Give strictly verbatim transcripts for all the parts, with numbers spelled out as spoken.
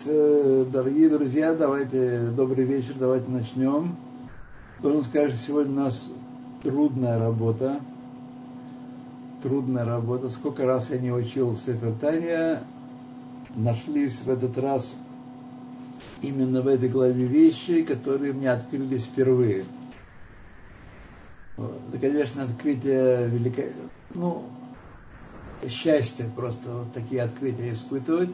Дорогие друзья, давайте, добрый вечер, давайте начнем. Должен сказать, что сегодня у нас трудная работа. Трудная работа. Сколько раз я не учил в Сефер Танья, нашлись в этот раз именно в этой главе вещи, которые мне открылись впервые. Это, конечно, открытие великое, ну, счастье просто вот такие открытия испытывать.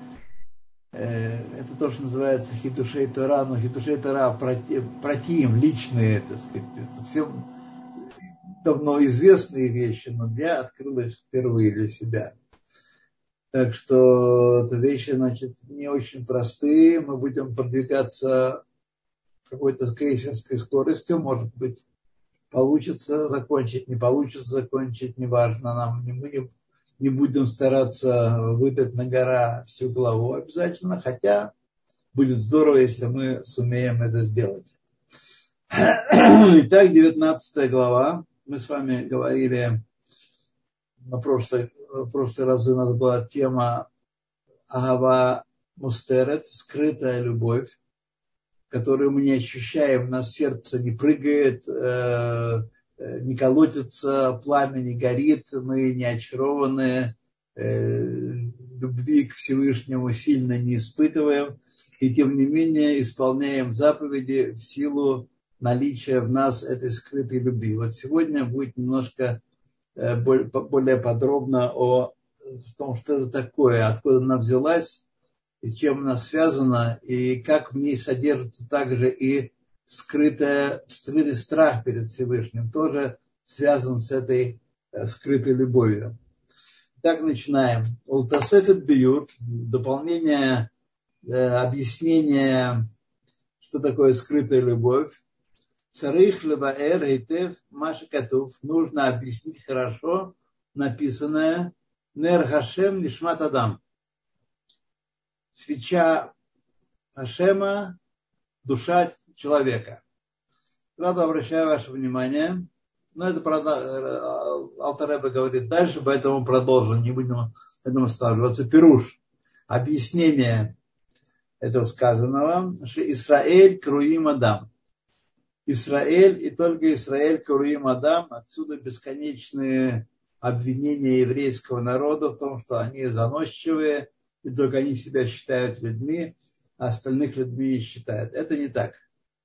Это то, что называется хидушей Тора, но хидушей Тора против, личные, так сказать, это всем давно известные вещи, но я открыл их впервые для себя. Так что это вещи, значит, не очень простые, мы будем продвигаться какой-то крейсерской скоростью, может быть, получится закончить, не получится закончить, неважно, нам не будем, не будем стараться выдать на гора всю главу обязательно, хотя будет здорово, если мы сумеем это сделать. Итак, девятнадцатая глава. Мы с вами говорили, на прошлый, в прошлый раз у нас была тема Агава Мустерет, скрытая любовь, которую мы не ощущаем, на сердце не прыгает, не колотится, пламя не горит, мы не очарованы, любви к Всевышнему сильно не испытываем, и тем не менее исполняем заповеди в силу наличия в нас этой скрытой любви. Вот сегодня будет немножко более подробно о том, что это такое, откуда она взялась, и чем она связана, и как в ней содержится также и скрытая, скрытый страх перед Всевышним, тоже связан с этой скрытой любовью. Так начинаем. Ултасефет биюр, дополнение, объяснение, что такое скрытая любовь. Царих лебаэр эйтев маша катув, нужно объяснить хорошо написанное нер хашем нишмат адам. Свеча Хашема, душа человека. Сразу обращаю ваше внимание, но это Алтер Ребе говорит дальше, поэтому продолжим, не будем этому останавливаться. Пируш, объяснение этого сказанного, что Исраэль круим Адам. Израиль и только Израиль круим Адам, отсюда бесконечные обвинения еврейского народа в том, что они заносчивые, и только они себя считают людьми, а остальных людьми не считают. Это не так.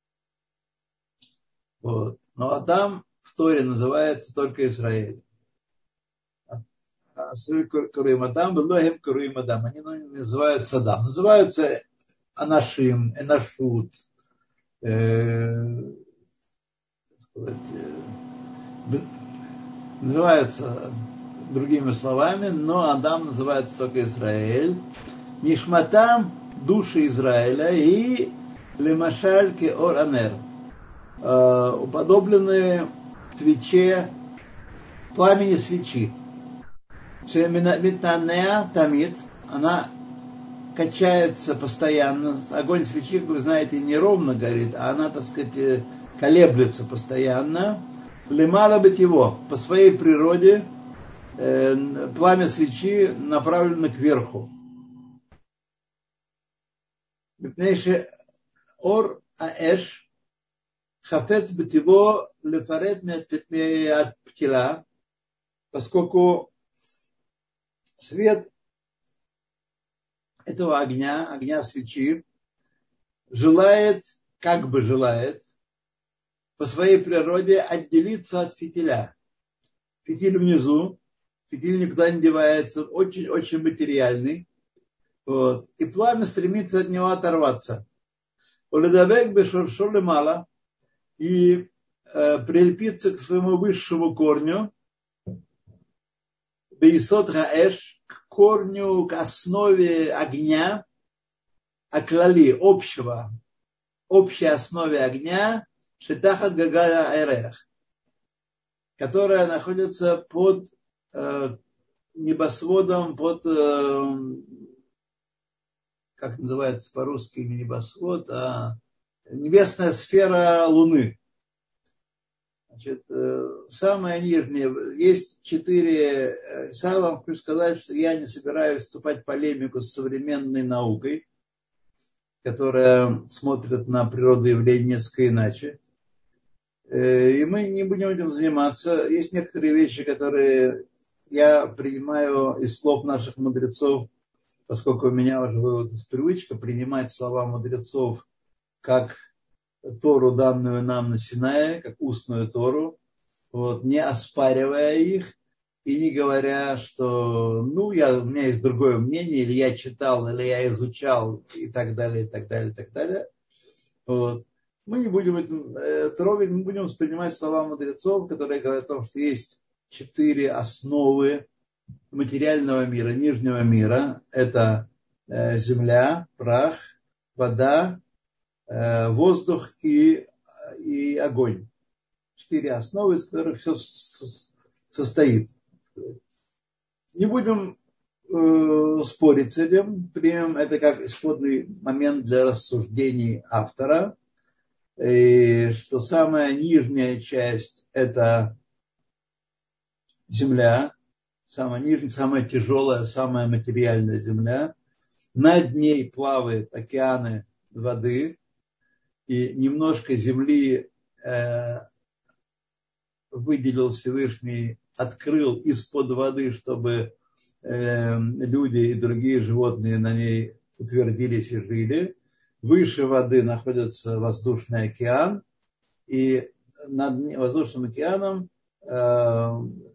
Вот. Но Адам в Торе называется только Израиль. Куруим Адам, Белохем Куруим Адам. Они называются Адам. Называются Анашим, Энашут, э, сказать, э, называются другими словами, но Адам называется только Израиль. Нишматам души Израиля и лемашаль кеор анер, уподобленные свече, пламени свечи. Шемитанеа тамид, она качается постоянно. Огонь свечи, как вы знаете, не ровно горит, а она, так сказать, колеблется постоянно. Лемала быть его, по своей природе пламя свечи направлено кверху. Ор аэш хафец бетиво лефарет меат птила, поскольку свет этого огня, огня свечи, желает, как бы желает, по своей природе отделиться от фитиля. Фитиль внизу, фитиль никуда не девается, очень-очень материальный. Вот. И пламя стремится от него оторваться. Уледавек бешуршур лемала, и э, прилепиться к своему высшему корню, бейсот хаэш, к корню, к основе огня, аклали, общего, общей основе огня, шетахат гагая айрех, которая находится под э, небосводом, под, э, как называется по-русски, не небосвод, а небесная сфера Луны. Значит, самое нижнее, есть четыре, сразу вам хочу сказать, что я не собираюсь вступать в полемику с современной наукой, которая смотрит на природу явления несколько иначе. И мы не будем этим заниматься. Есть некоторые вещи, которые я принимаю из слов наших мудрецов, поскольку у меня уже выводилась привычка принимать слова мудрецов как Тору, данную нам на Синае, как устную Тору, вот, не оспаривая их и не говоря, что ну, я, у меня есть другое мнение, или я читал, или я изучал, и так далее, и так далее, и так далее. Вот. Мы не будем это трогать, мы будем воспринимать слова мудрецов, которые говорят о том, что есть четыре основы материального мира, нижнего мира. Это э, земля, прах, вода, э, воздух и, и огонь. Четыре основы, из которых все состоит. Не будем э, спорить с этим, примем это как исходный момент для рассуждений автора, и что самая нижняя часть это земля, самая нижняя, самая тяжелая, самая материальная земля. Над ней плавают океаны воды, и немножко земли э, выделил Всевышний, открыл из-под воды, чтобы э, люди и другие животные на ней утвердились и жили. Выше воды находится воздушный океан, и над воздушным океаном э,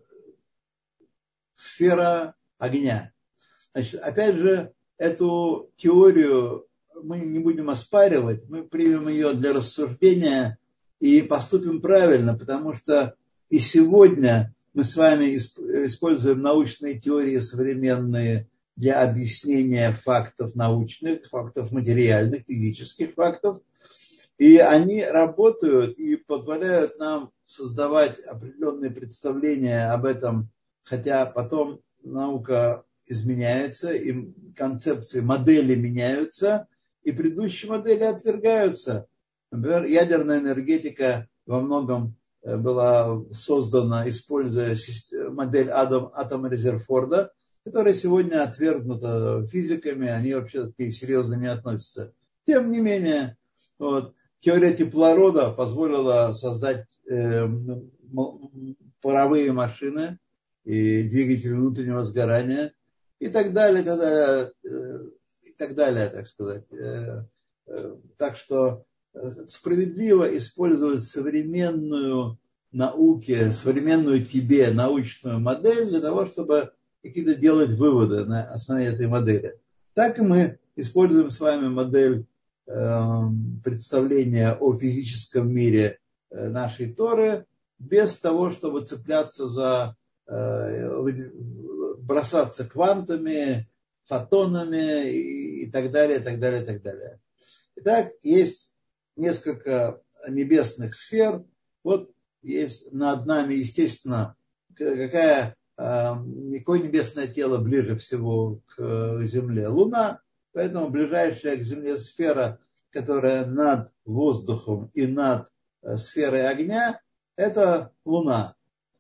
сфера огня. Значит, опять же, эту теорию мы не будем оспаривать, мы примем ее для рассуждения и поступим правильно, потому что и сегодня мы с вами используем научные теории современные для объяснения фактов научных, фактов материальных, физических фактов. И они работают и позволяют нам создавать определенные представления об этом, хотя потом наука изменяется, и концепции, модели меняются, и предыдущие модели отвергаются. Например, ядерная энергетика во многом была создана, используя модель атома Резерфорда, которая сегодня отвергнута физиками, они вообще такие серьезно не относятся. Тем не менее, вот, теория теплорода позволила создать э, паровые машины и двигатели внутреннего сгорания и так далее, и так далее, и так далее, так сказать. Так что справедливо использовать современную науке, современную тебе научную модель для того, чтобы какие-то делать выводы на основе этой модели. Так и мы используем с вами модель э, представления о физическом мире нашей Торы без того, чтобы цепляться за э, бросаться квантами, фотонами и, и так далее, и так далее, и так далее. Итак, есть несколько небесных сфер. Вот есть над нами, естественно, какая, какое небесное тело ближе всего к Земле? Луна. Поэтому ближайшая к Земле сфера, которая над воздухом и над сферой огня, это Луна.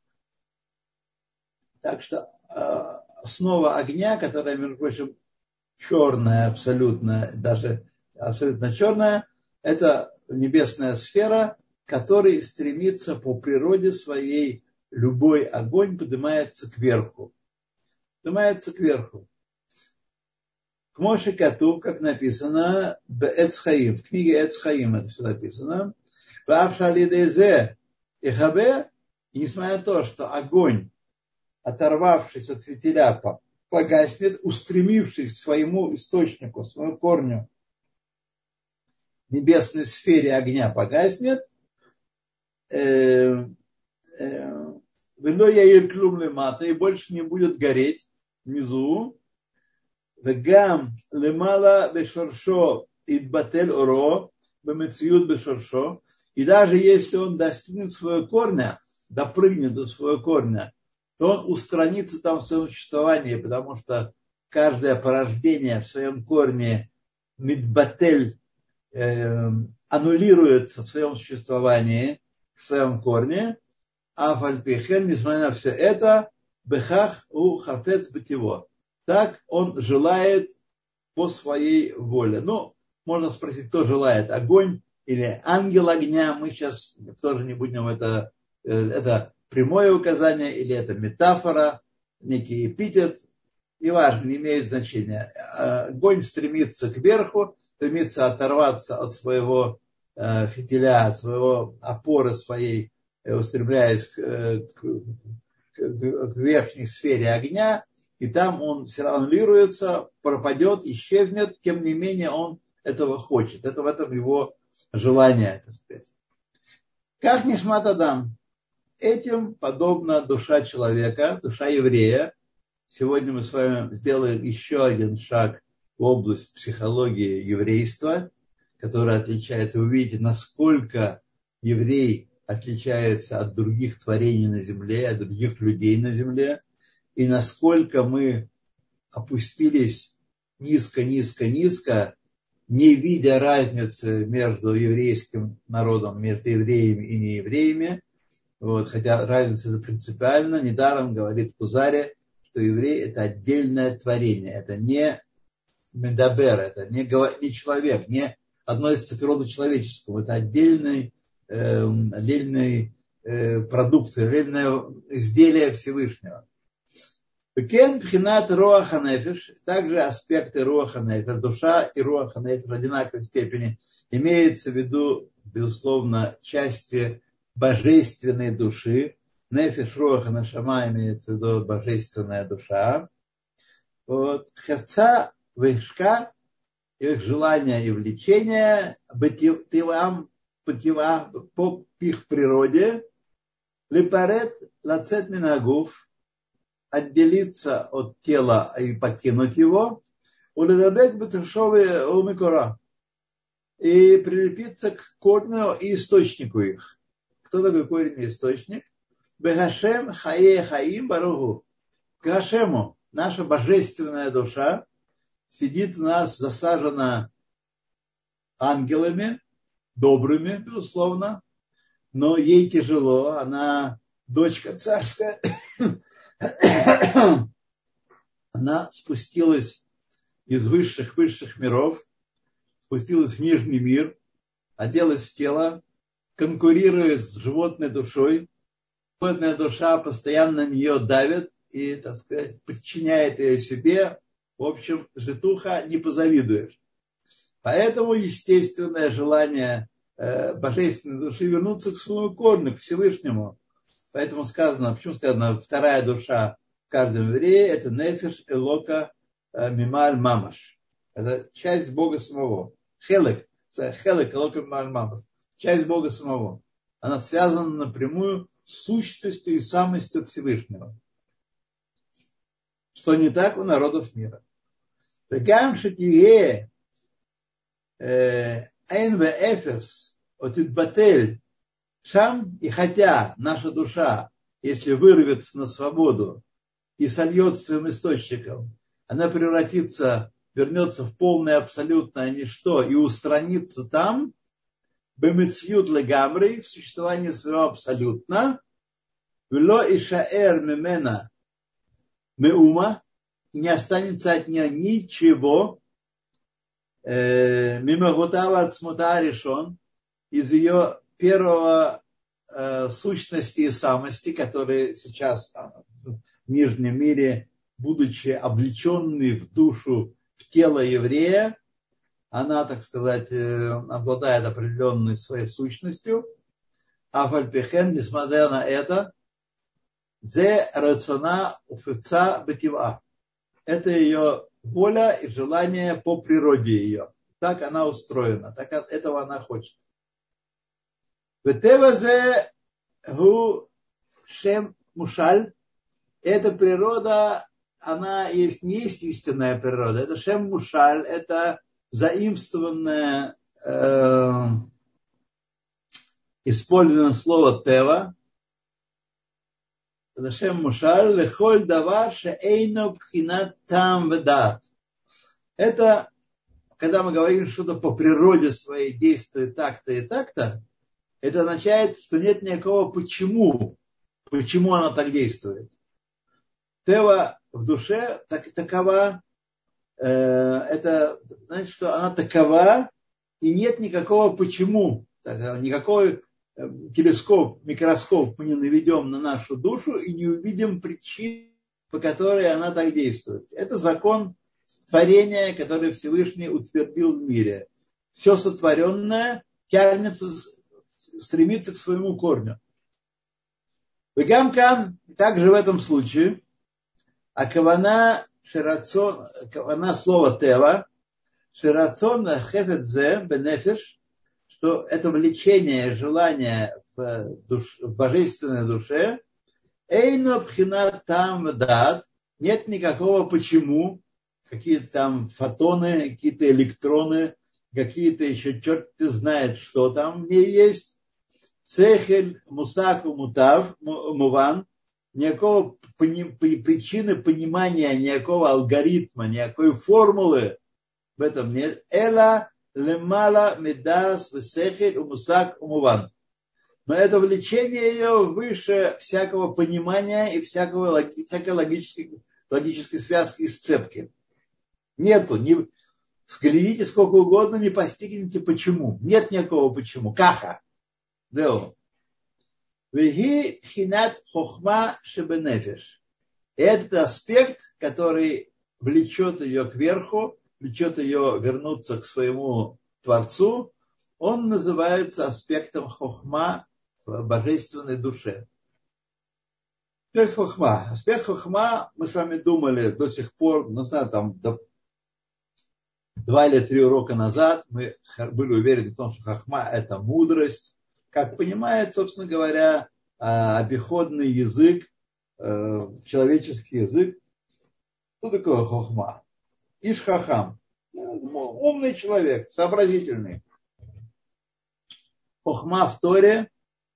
Так что основа огня, которая, между прочим, черная абсолютно, даже абсолютно черная, это небесная сфера, которой стремится по природе своей любой огонь, поднимается кверху. Поднимается кверху. К Моше Катув, как написано, Эц Хаим, в книге Эц Хаим это все написано. И несмотря на то, что огонь, оторвавшись от фитиля, погаснет, устремившись к своему источнику, к своему корню, небесной сфере огня погаснет, э, э, и больше не будет гореть внизу. Вегам лемала бешоршо идбатель оро бемециют бешоршо. И даже если он достигнет своего корня, допрыгнет до своего корня, то он устранится там в своем существовании, потому что каждое порождение в своем корне мидбатель э, аннулируется в своем существовании, в своем корне, а фальпихен, несмотря на все это, бехах у хафец бытиво. Так он желает по своей воле. Ну, можно спросить, кто желает, огонь или ангел огня. Мы сейчас тоже не будем это, это прямое указание или это метафора, некий эпитет. Неважно, не имеет значения. Огонь стремится кверху, стремится оторваться от своего фитиля, от своего опоры своей, устремляясь к, к, к верхней сфере огня, и там он все равно аннулируется, пропадет, исчезнет, тем не менее он этого хочет. Это в этом его желание, так сказать. Как Нишмат Адам? Этим подобна душа человека, душа еврея. Сегодня мы с вами сделаем еще один шаг в область психологии еврейства, который отличает, вы увидите, насколько еврей отличается от других творений на земле, от других людей на земле, и насколько мы опустились низко-низко-низко, не видя разницы между еврейским народом, между евреями и неевреями. Вот, хотя разница принципиальна. Недаром говорит Кузари, что еврей – это отдельное творение, это не медабер, это не, не человек, не относится к роду человеческому, это отдельный, э, отдельный э, продукт, отдельное изделие Всевышнего. Кен пхинат руаха нефеш, также аспекты руаха нефеш, душа и руаха нефеш в одинаковой степени, имеется в виду, безусловно, части божественной души. Нефеш руаха нашама имеется в виду божественная душа. Вот. Хевца, вешка, их желания и влечения, бытивам, по их природе, липарет лацет минагуф, отделиться от тела и покинуть его, уледабек бетушове умикора, и прилепиться к корню и источнику их. Кто такой корень и источник? Бехашем хае хаим баругу. К Хашему, наша божественная душа, сидит в нас, засажена ангелами, добрыми, безусловно, но ей тяжело, она дочка царская, она спустилась из высших-высших миров, спустилась в нижний мир, оделась в тело, конкурирует с животной душой. Животная душа постоянно на нее давит и, так сказать, подчиняет ее себе. В общем, житуха не позавидуешь. Поэтому естественное желание э, божественной души вернуться к своему корню, к Всевышнему. Поэтому сказано, почему сказано, вторая душа в каждом еврее, это нефеш элока мималь мамаш. Это часть Бога самого. Хелек, хелек элока мималь мамаш. Часть Бога самого. Она связана напрямую с сущностью и самостью Всевышнего. Что не так у народов мира. Вегам шетие эн ве эфес отит батель. Шам, и хотя наша душа, если вырвется на свободу и сольется своим источником, она превратится, вернется в полное абсолютное ничто и устранится там, бемецьют легамри, в существовании своего абсолютно, вело ишаэр мемена меума, не останется от нее ничего, мимагутава от смута решен, из ее первого э, сущности и самости, которые сейчас в нижнем мире, будучи облеченной в душу, в тело еврея, она, так сказать, э, обладает определенной своей сущностью. А фальпихен, несмотря на это, зе рациона уфица бетива. Это ее воля и желание по природе ее. Так она устроена, так этого она хочет. Ветевазе гу шем мушаль. Эта природа, она есть, не есть истинная природа. Это шем мушаль, это заимствованное, э, использованное слово тева. Это шем мушаль лехоль давар шеэйно пхинат там ведат. Это, когда мы говорим что-то по природе своей действует так-то и так-то, это означает, что нет никакого почему, почему она так действует. Тева в душе так, такова, э, это значит, что она такова, и нет никакого почему, никакой телескоп, микроскоп мы не наведем на нашу душу и не увидим причин, по которой она так действует. Это закон творения, который Всевышний утвердил в мире. Все сотворенное тянется, стремится к своему корню. Вегамкан, также в этом случае, а кавана ширацон, кавана слова тева, ширацон хефетзе бенефиш, что это влечение, желание в, душ, в божественной душе, эйно пхина там дат, нет никакого почему, какие-то там фотоны, какие-то электроны, какие-то еще черт знает, что там в ней есть. Цехель, мусаку, мутав, муван, никакого причины понимания, никакого алгоритма, никакой формулы в этом нет. Эла лемала медас весехель умусак умуван. Но это влечение ее выше всякого понимания и всякого, всякой логической, логической связки и сцепки. Нету. Не, взгляните сколько угодно, не постигнете почему. Нет никакого почему. Каха. Део. Веги хинат хохма шебенефеш. Этот аспект, который влечет ее кверху, влечет ее вернуться к своему Творцу, он называется аспектом хохма в божественной душе. Аспект хохма. Аспект хохма, мы с вами думали до сих пор, ну, знаю, там, до два или три урока назад мы были уверены в том, что хохма – это мудрость. Как понимает, собственно говоря, обиходный язык, человеческий язык. Что такое хохма? Иш хахам. Умный человек, сообразительный. Хохма в Торе,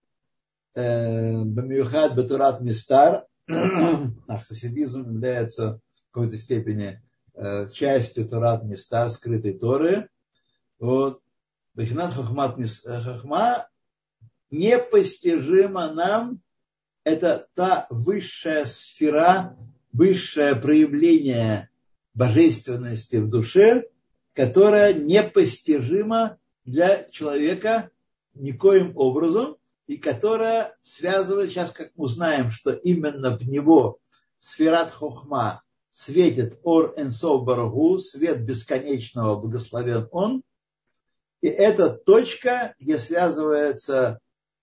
бамиюхад бетурат мистар, а хасидизм является в какой-то степени частью турат мистар, скрытой Торы. Вот. Бахинат хохмат хохма непостижимо нам, это та высшая сфера, высшее проявление божественности в душе, которая непостижима для человека никоим образом, и которая связывает, сейчас как мы узнаем, что именно в него сферат хохма светит ор энсов барагу, свет бесконечного, благословен он, и это точка, где связывается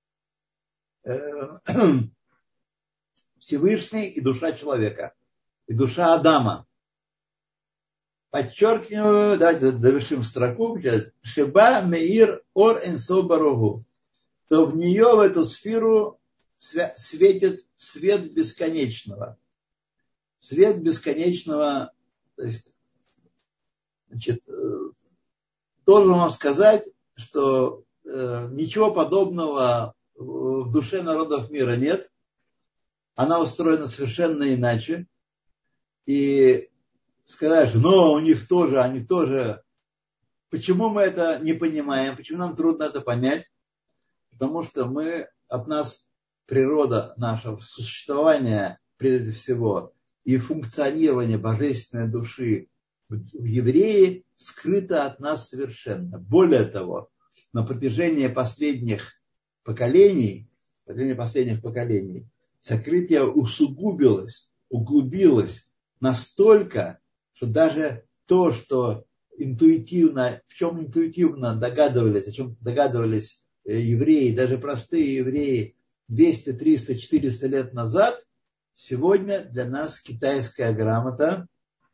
Всевышний и душа человека, и душа Адама. Подчеркиваю, давайте завершим строку. Шеба меир ор энсо барогу. То в нее, в эту сферу, светит свет бесконечного. Свет бесконечного, то есть, значит, должен вам сказать, что э, ничего подобного в душе народов мира нет. Она устроена совершенно иначе. И сказать, но у них тоже, они тоже. Почему мы это не понимаем? Почему нам трудно это понять? Потому что мы, от нас природа нашего существования, прежде всего, и функционирование божественной души в евреи скрыто от нас совершенно. Более того, на протяжении последних поколений, поколение последних поколений, сокрытие усугубилось, углубилось настолько, что даже то, что интуитивно, в чем интуитивно догадывались, о чем догадывались евреи, даже простые евреи двести, триста, четыреста лет назад, сегодня для нас китайская грамота,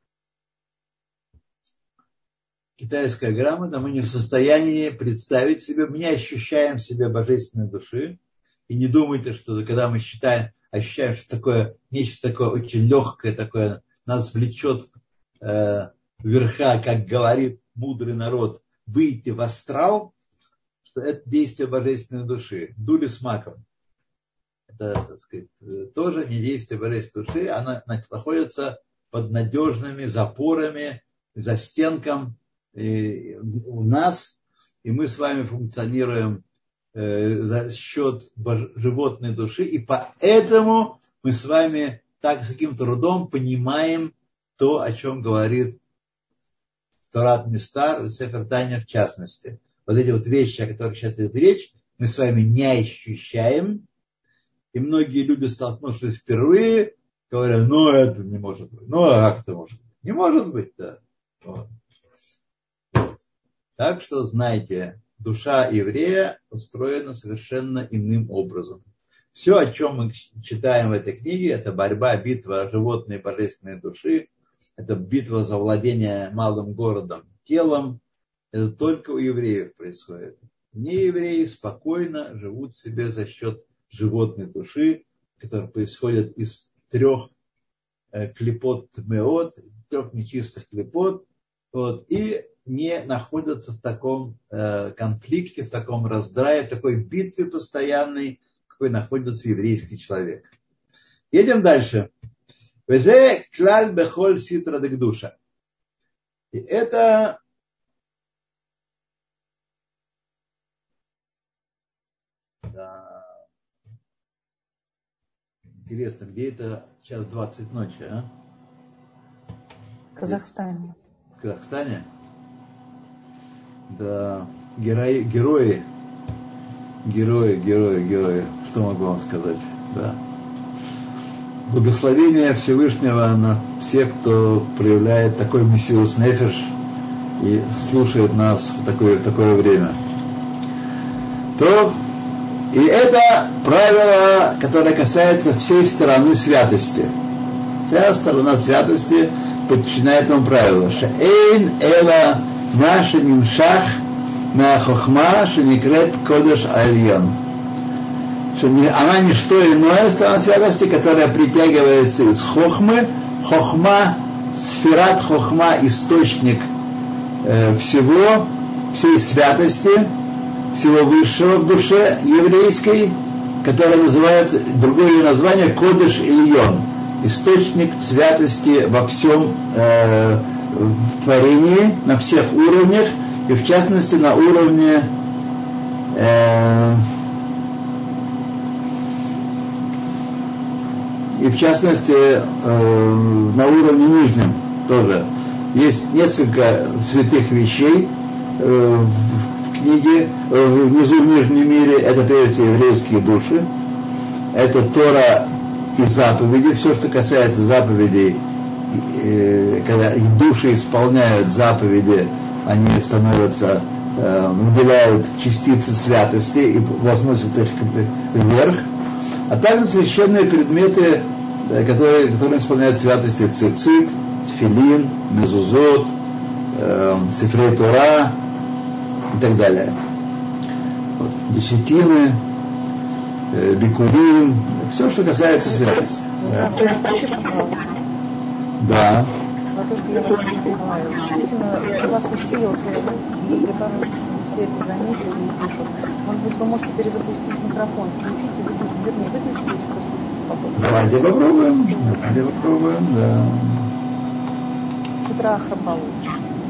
китайская грамота, мы не в состоянии представить себе, мы не ощущаем в себе божественной души. И не думайте, что когда мы считаем, ощущаем, что такое, нечто такое очень легкое, такое нас влечет э, вверха, как говорит мудрый народ, выйти в астрал, что это действие божественной души. Дули с маком. Это, так сказать, тоже не действие божественной души, она находится под надежными запорами, застенком и у нас, и мы с вами функционируем э, за счет животной души, и поэтому мы с вами так с таким трудом понимаем то, о чем говорит Торат Мистар и Сефер Таня в частности. вот эти вот вещи, о которых сейчас идет речь, мы с вами не ощущаем. И многие люди, столкнувшись впервые, говорят, ну это не может быть. Ну а как это может быть? Не может быть, да. Вот. Так что знайте, душа еврея устроена совершенно иным образом. Все, о чем мы читаем в этой книге, это борьба, битва животной и божественной души, это битва за владение малым городом, телом. Это только у евреев происходит. Неевреи спокойно живут себе за счет животной души, которая происходит из трех э, клипот меот, трех нечистых клипот, вот, и не находятся в таком э, конфликте, в таком раздрае, в такой битве постоянной, в какой находится еврейский человек. Едем дальше. Везе клаль бехоль ситра декдуша. И это да. Интересно, где это час двадцать ночи, а? В Казахстане. В Казахстане? Да, герои, герои, герои, герои, герои. Что могу вам сказать? Да. Благословение Всевышнего на всех, кто проявляет такой мессиус нефеш и слушает нас в такое, в такое время. То, и это правило, которое касается всей стороны святости. Вся сторона святости подчиняет этому правилу. Шеэйн эла наша нимшах на хохма шеникрет кодеш альон. Она не что иное, сторона святости, которая притягивается из хохмы. Хохма, сферат хохма, источник э, всего, всей святости, всего высшего в душе еврейской, которая называется, другое ее название, Кодеш Ильон, источник святости во всем э, творении, на всех уровнях, и в частности на уровне э, и в частности э, на уровне нижнем тоже. Есть несколько святых вещей э, в книге, э, внизу в нижнем мире. Это прежде всего еврейские души, это Тора и заповеди, все, что касается заповедей, э, когда души исполняют заповеди, они становятся, э, выделяют частицы святости и возносят их вверх. А также священные предметы, которые, которые исполняют святости: цицит, тфилин, мезузот, э, цифрей Тора и так далее. Вот, десятины, э, бикурим, все, что касается святости. Да. Да. На то, что я вас перебиваю. Действительно, у вас усилился, и я кажется, все это заметили и пишут. Может быть, вы можете перезапустить микрофон, включите, вернее, выключите и просто попробуйте. Давайте попробуем. Давайте попробуем, да. С утра храпалось.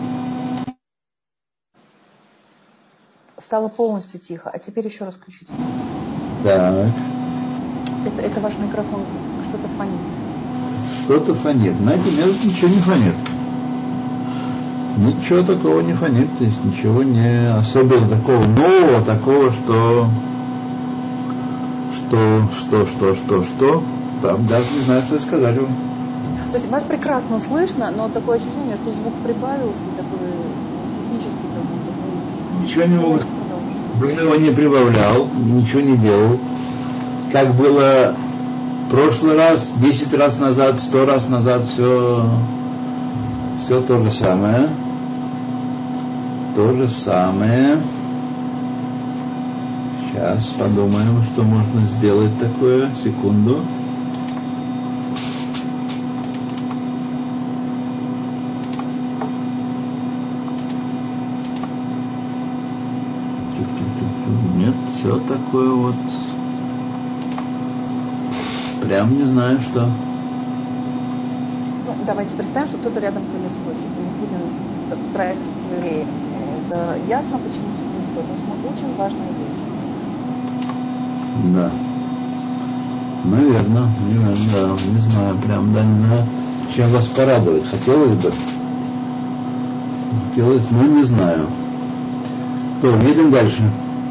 Стало полностью тихо, а теперь еще раз включите. Так. Это, это ваш микрофон, что-то фонит. Что-то фонит. Знаете, между ничего не фонит. Ничего такого не фонит. То есть ничего не особенно такого нового, такого, что что, что, что, что, что. Там даже не знаю, что сказать вам. То есть вас прекрасно слышно, но такое ощущение, что звук прибавился, такой технический такой. Ничего не могу. Я его не прибавлял, ничего не делал. Как было в прошлый раз, десять раз назад, сто раз назад, все, все то же самое. То же самое. Сейчас подумаем, что можно сделать такое. Секунду. Нет, все такое вот. Прям не знаю, что. Ну, давайте представим, что кто-то рядом пылесосит. Мы будем проект еврея. Это ясно, почему это происходит. Но очень важная вещь. Да. Наверное, наверное, да, не знаю, прям, да, не знаю, чем вас порадовать. Хотелось бы. Хотелось, но не знаю. То, едем дальше.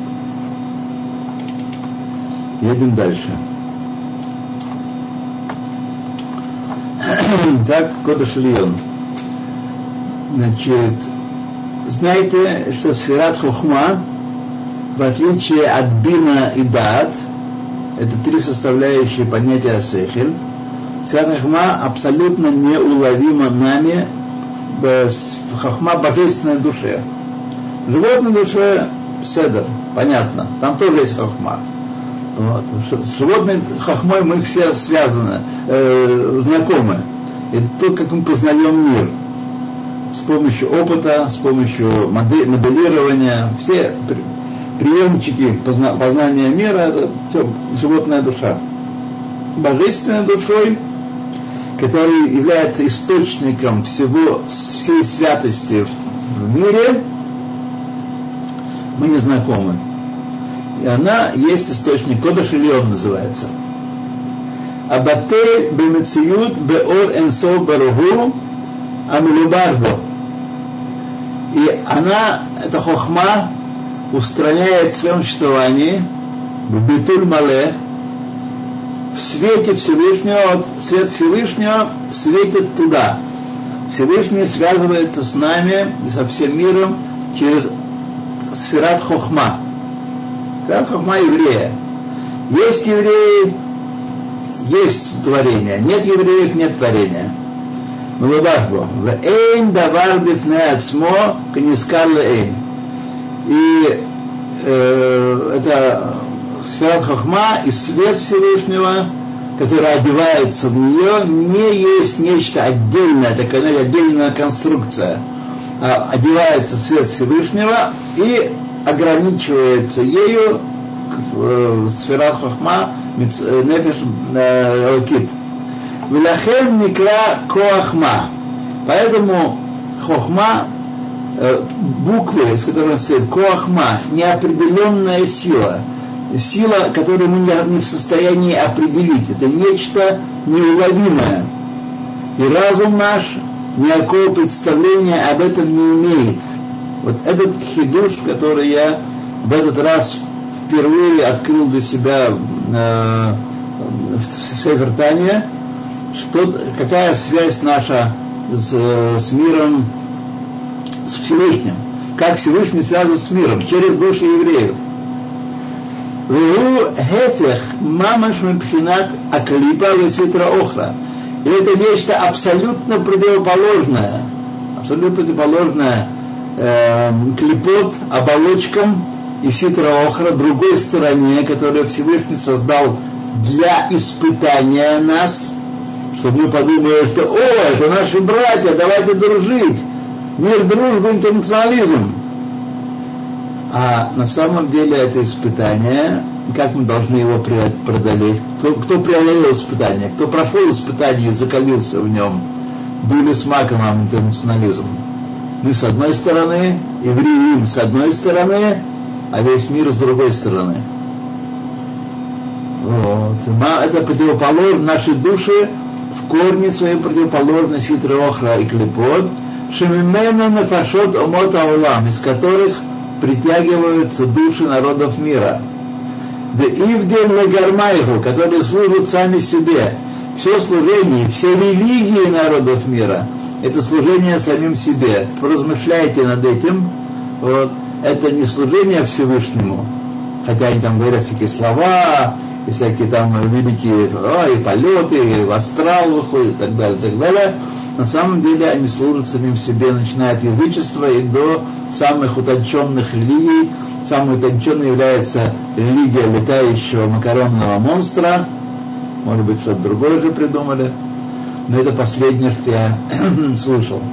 Едем дальше. Так, Кодеш Ильон. Значит, знаете, что сферат хохма, в отличие от бина и дат, это три составляющие понятия сехель, сферат хохма абсолютно неуловима нами, хохма божественной душе. В животной душе седер, понятно, там тоже есть хохма. Вот. С животной хохмой мы все связаны, э, знакомы. Это то, как мы познаем мир. С помощью опыта, с помощью модель, моделирования. Все приемчики позна, познания мира, это все животная душа. Божественной душой, который является источником всего, всей святости в, в мире, мы не знакомы. И она есть источник, Кодеш Ильон называется. Абатель бемециют беор энсов баруху амилубарбо. И она, эта хохма, устраняет в своем существовании битуль мале, в свете Всевышнего, свет Всевышнего светит туда. Всевышний связывается с нами и со всем миром через сферат хохма. Сферат хохма еврея. Есть евреи, есть творение. Нет евреев, нет творения. Мулабахбо. Вэйн давар бифне ацмо канискар лэйн. И э, это сферат хохма и свет Всевышнего, который одевается в нее, не есть нечто отдельное, такая отдельная конструкция. А одевается свет Всевышнего и ограничивается ею э, сферат хохма нефеш элкит. Вилахем никра коахма. Поэтому хохма, э, буквы, с которыми стоит коахма, неопределенная сила. Сила, которую мы не в состоянии определить. Это нечто неуловимое. И разум наш никакого представления об этом не имеет. Вот этот хидуш, который я в этот раз впервые открыл для себя э, в Сефер Тания, что, какая связь наша с, с миром, с Всевышним. Как Всевышний связан с миром, через души евреев. Вегу хефех мамаш мепхинат аклипа веситра охра. И это нечто абсолютно противоположное, абсолютно противоположное э, клипот, оболочкам и ситра охра, другой стороне, которую Всевышний создал для испытания нас, чтобы мы подумали, что о, это наши братья, давайте дружить, мир, дружба, интернационализм. А на самом деле это испытание, как мы должны его преодолеть? Кто, кто преодолел испытание? Кто прошел испытание и закалился в нем? Были с маком интернационализм. Мы с одной стороны, евреи с одной стороны, а весь мир с другой стороны. Вот. Это противоположно, наши души в корне своей противоположны ситра охра и клипот, шемимена нафашот омот аулам, из которых притягиваются души народов мира. Да ивдем лагармайху, которые служат сами себе. Все служение, все религии народов мира, это служение самим себе. Поразмышляйте над этим. Вот. Это не служение Всевышнему, хотя они там говорят всякие слова, и всякие там великие о, и полеты, и в астрал выходят, и так далее, и так далее. На самом деле они служат самим себе, начиная от язычества и до самых утонченных религий. Самой утонченной является религия летающего макаронного монстра. Может быть, что-то другое же придумали. Но это последнее, что я слышал.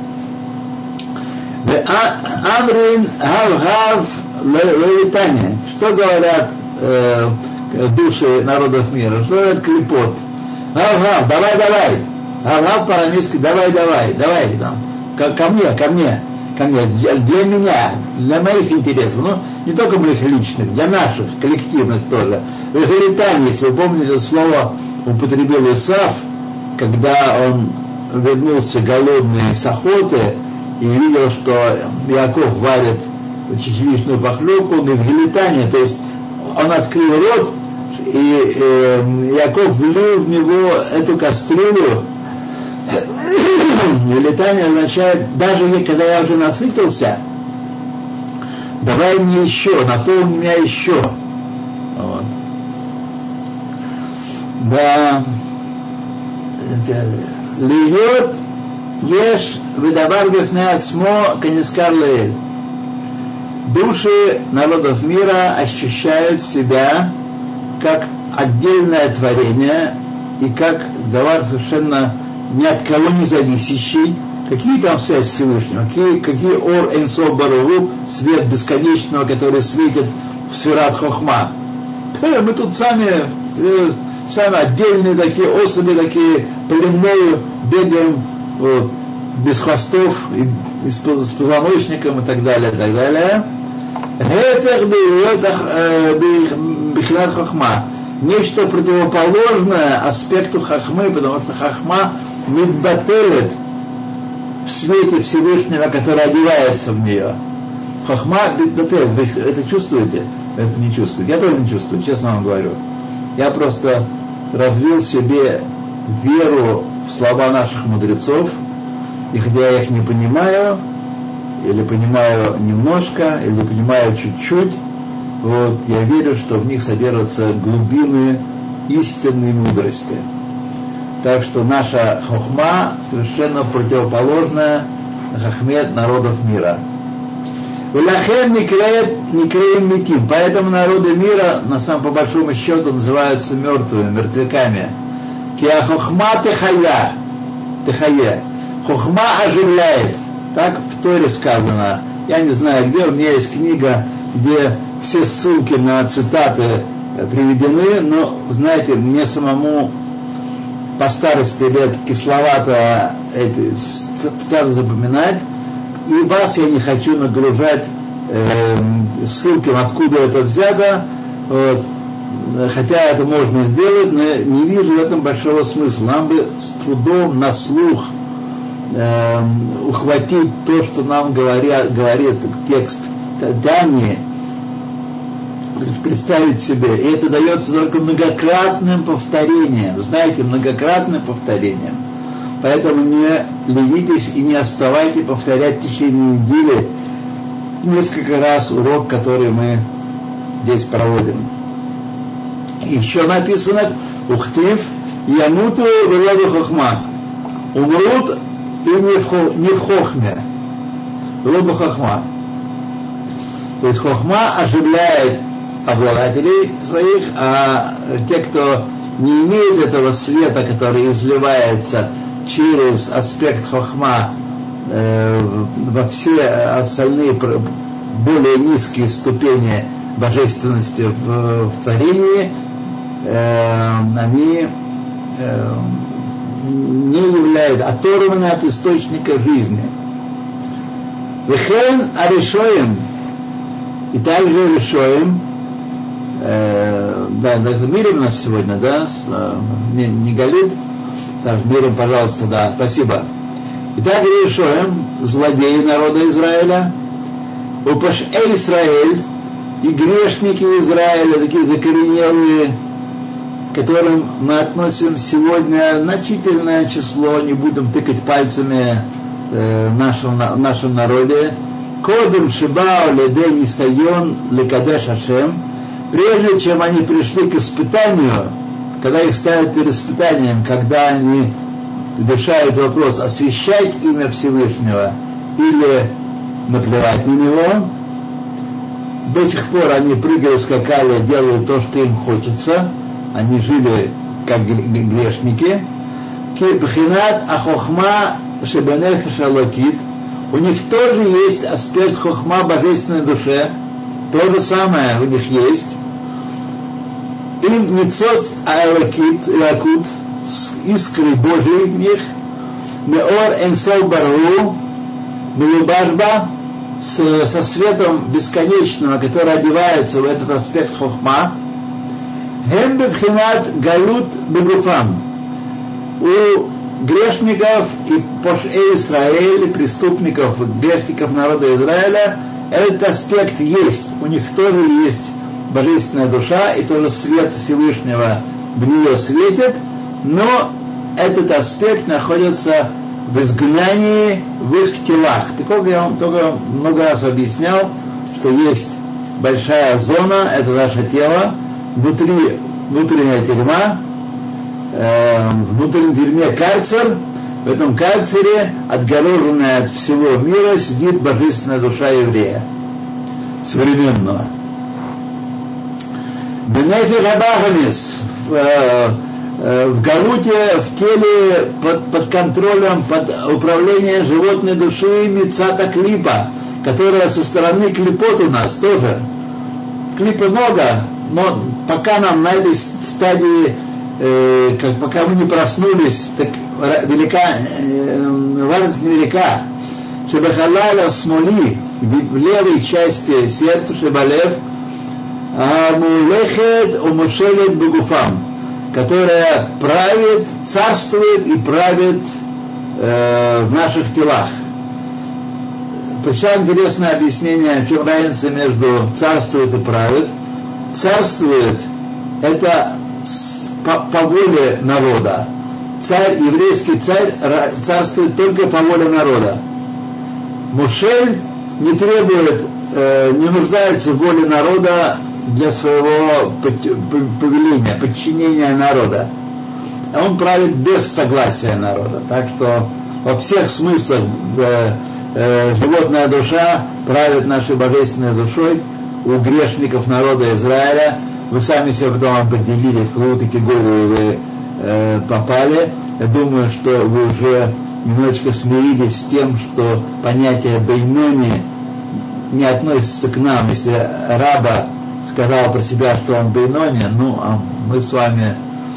Амрин гав-гав левитания. Что говорят э, души народов мира? Что говорят клипот? Гав-гав, давай, давай. Гав-гав по-арамейски, давай, давай, давай. Там. Ко, ко мне, ко мне, ко мне. Для, для меня, для моих интересов. Ну, не только моих личных, для наших, коллективных тоже. Левитания, если вы помните, это слово употребил Исав, когда он вернулся голодный с охоты и видел, что Иаков варит чечевичную похлебку, он говорит, гелитания, то есть он открыл рот, и э, Яков влил в него эту кастрюлю. Гелитания означает, даже когда я уже насытился, давай мне еще, наполни меня еще. Вот. Да. Льет ешь выдавар бифней ацмо канискар леэль. Души народов мира ощущают себя как отдельное творение и как давар совершенно ни от кого не зависящий. Какие там связь с Всевышним? Какие, какие ор энсо баруру, свет бесконечного, который светит в сферат хохма? Да, мы тут сами, сами отдельные такие особи, такие племною бегаем вот, без хвостов, и, и с, с позвоночником и так далее, и так далее. Бихлят хохма. Нечто противоположное аспекту хохмы, потому что хохма мидбателет в свете Всевышнего, который одевается в нее. Хохма мидбателет. Вы это чувствуете? Это не чувствуете. Я тоже не чувствую, честно вам говорю. Я просто развил в себе веру в слова наших мудрецов, и хотя я их не понимаю, или понимаю немножко, или понимаю чуть-чуть, вот, я верю, что в них содержатся глубины истинной мудрости. Так что наша хохма совершенно противоположная хохме народов мира. Улахен никреем митим. Поэтому народы мира, на самом по большому счету, называются мертвыми, мертвяками. Киа хохма техая. Техае. Хохма оживляет. Так в Торе сказано. Я не знаю где, у меня есть книга, где все ссылки на цитаты приведены, но, знаете, мне самому по старости лет кисловато эти цитаты запоминать, и вас я не хочу нагружать э, ссылками, откуда это взято, вот, хотя это можно сделать, но не вижу в этом большого смысла. Нам бы с трудом на слух э, ухватить то, что нам говорят, говорит текст Дани, представить себе, и это дается только многократным повторением, знаете, многократным повторением. Поэтому не ленитесь и не оставайте повторять в течение недели несколько раз урок, который мы здесь проводим. И еще написано «Ухтив ямуту вэлэвэ хохма». Умрут и не в, хо, не в хохме. Вэлэвэ хохма. То есть хохма оживляет обладателей своих, а те, кто не имеет этого света, который изливается через аспект хохма э, во все остальные более низкие ступени божественности в, в творении, э, они э, не являются оторваны от источника жизни. Вехен арешоим, и также решоим, э, да, мирим нас сегодня, да, с, э, не, не галит. Так, миром, пожалуйста, да, спасибо. Итак, решаем злодеи народа Израиля, упаш Израиль и грешники Израиля, такие закоренелые, к которым мы относим сегодня значительное число, не будем тыкать пальцами э, в нашем, на, в нашем народе. Кодем шибау леде нисайон лекадеш Ашем, прежде чем они пришли к испытанию, когда их ставят перед испытанием, когда они решают вопрос, освящать имя Всевышнего или наплевать на него, до сих пор они прыгали, скакали, делали то, что им хочется, они жили как грешники. Кибхинат ахохма шебенефеш алокит, у них тоже есть аспект хохма божественной душе, то же самое у них есть. Им ницоц аэлакит, илакут, искры Божьей в них, меор энсел бару, мелубашба, со светом бесконечного, который одевается в этот аспект хохма, хем бевхинат галут бегуфам. У грешников и пошей Израиля, преступников, грешников народа Израиля, этот аспект есть. У них тоже есть божественная душа, и тоже свет Всевышнего в нее светит, но этот аспект находится в изгнании в их телах. Так я вам только много раз объяснял, что есть большая зона, это наше тело, внутри внутренняя тюрьма, э, в внутреннем тюрьме карцер. В этом карцере, отгороженная от всего мира, сидит божественная душа еврея современного. Бенефих Абахамис в Галуте, в теле под, под контролем, под управлением животной души Мицата Клипа, которая со стороны клипот у нас тоже. Клипы много, но пока нам на этой стадии, э, как пока мы не проснулись, так велика, э, важность невелика. Шебахалаля смоли, в левой части сердца Шебалев, Амулехет умушелет бегуфам, которая правит, царствует и правит э, в наших телах. Причем интересное объяснение, в чем разница между царствует и правит. Царствует – это по, по воле народа. Царь, еврейский царь царствует только по воле народа. Мушель не требует, э, не нуждается в воле народа для своего повеления, подчинения народа. Он правит без согласия народа. Так что во всех смыслах э, э, животная душа правит нашей божественной душой. У грешников народа Израиля, вы сами себя потом определили, в какую категорию вы э, попали. Я думаю, что вы уже немножечко смирились с тем, что понятие бейнони не относится к нам. Если раба сказал про себя, что он бейнони, ну, а мы с вами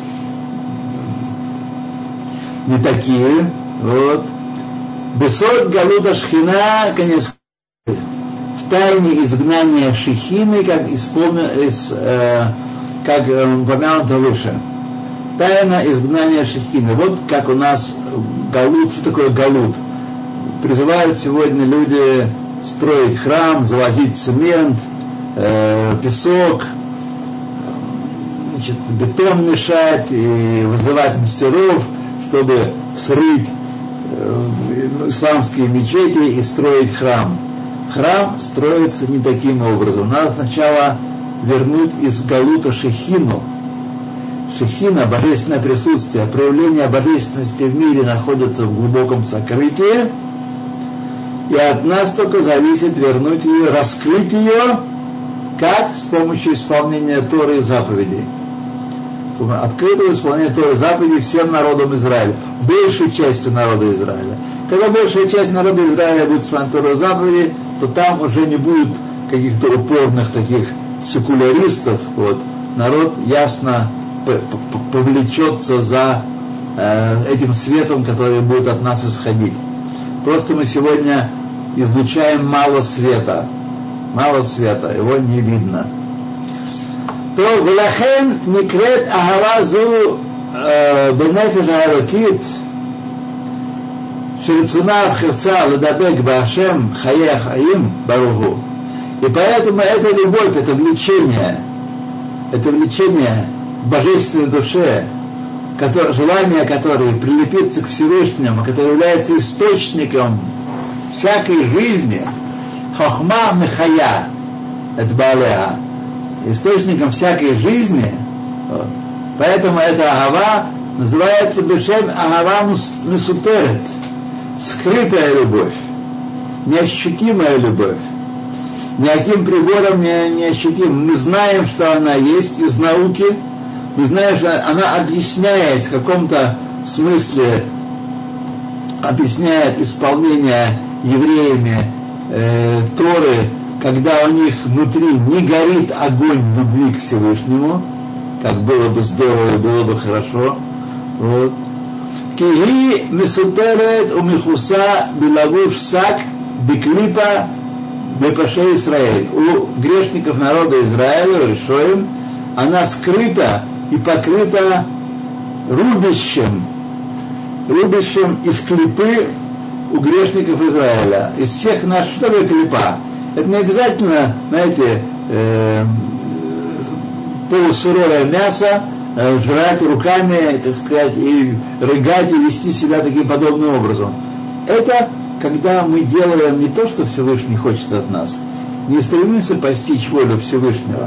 не такие. Вот. Бесот галута шхина, конец. В тайне изгнания шехины, как исполнено, э, как упомянуто выше. Тайна изгнания шехины. Вот как у нас галут. Что такое галут? Призывают сегодня люди строить храм, завозить цемент, э, песок, значит, бетон мешать и вызывать мастеров, чтобы срыть э, исламские мечети и строить храм. Храм строится не таким образом. Надо сначала вернуть из галута шехину. Шехина, божественное присутствие, проявление божественности в мире находится в глубоком сокрытии, и от нас только зависит вернуть ее, раскрыть ее, как? С помощью исполнения Торы и заповедей. Открытого исполнения Торы и заповедей всем народам Израиля, большей частью народа Израиля. Когда большая часть народа Израиля будет исполнять Тору и заповеди, то там уже не будет каких-то упорных таких секуляристов. Вот. Народ ясно повлечется за э, этим светом, который будет от нас исходить. Просто мы сегодня излучаем мало света. Мало света, его не видно. То велахен никрет ахавазу бенефеш аэлокит шерцуна хевца ладабек башем хае хаим баруху. И поэтому эта любовь, это влечение, это влечение в божественной душе, которое, желание которое прилепится к Всевышнему, которое является источником всякой жизни, хохма мехая, это балеа, источником всякой жизни. Вот. Поэтому эта агава называется бешем агава месутерет, скрытая любовь, неощутимая любовь. Никаким прибором не, не ощутим. Мы знаем, что она есть из науки, мы знаем, что она объясняет в каком-то смысле, объясняет исполнение евреями э, Торы, когда у них внутри не горит огонь любви к Всевышнему, как было бы здорово и было бы хорошо. Вот. Киги месутерет у михуса билавуш сак биклипа бепаше Израиль. У грешников народа Израиля, решоем, она скрыта и покрыта рубищем, рубищем из клипы у грешников Израиля. Из всех наших, что такое клипа? Это не обязательно, знаете, э, полусырое мясо э, жрать руками, так сказать, и рыгать, и вести себя таким подобным образом. Это когда мы делаем не то, что Всевышний хочет от нас, не стремимся постичь волю Всевышнего,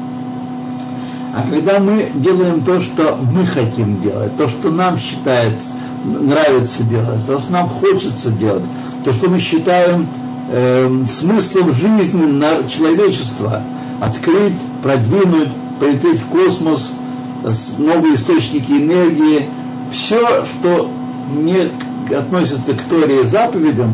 а когда мы делаем то, что мы хотим делать, то, что нам считается, нравится делать, то, что нам хочется делать, то, что мы считаем э, смыслом жизни на человечества, открыть, продвинуть, полететь в космос, новые источники энергии, все, что не относится к Торе и заповедям,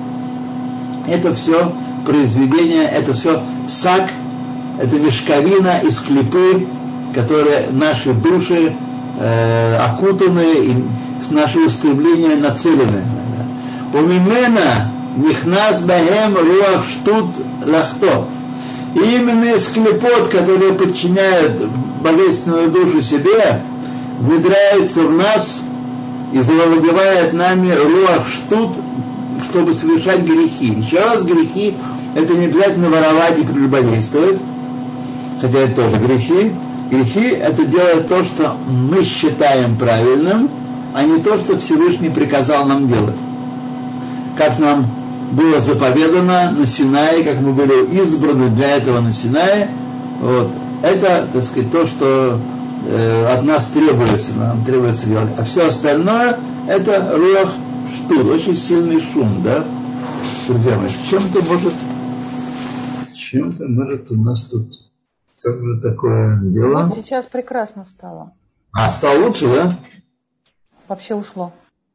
это все произведение, это все сак, это мешковина из клипы, которые наши души э, окутаны, и наши устремления нацелены. Умимена нихнас бахем руах штут лахто. И именно из клепот, которые подчиняют божественную душу себе, внедряется в нас и завладевает нами руах штут, чтобы совершать грехи. Еще раз, грехи — это не обязательно воровать и прелюбодействовать, хотя это тоже грехи. Грехи — это делать то, что мы считаем правильным, а не то, что Всевышний приказал нам делать. Как нам было заповедано на Синае, как мы были избраны для этого на Синае, вот, это, так сказать, то, что э, от нас требуется, нам требуется делать. А все остальное — это руах штут, очень сильный шум, да? Друзья мои, чем-то может, чем-то может у нас тут... Как же такое дело? Вот сейчас прекрасно стало. А, стало лучше, да? Вообще ушло.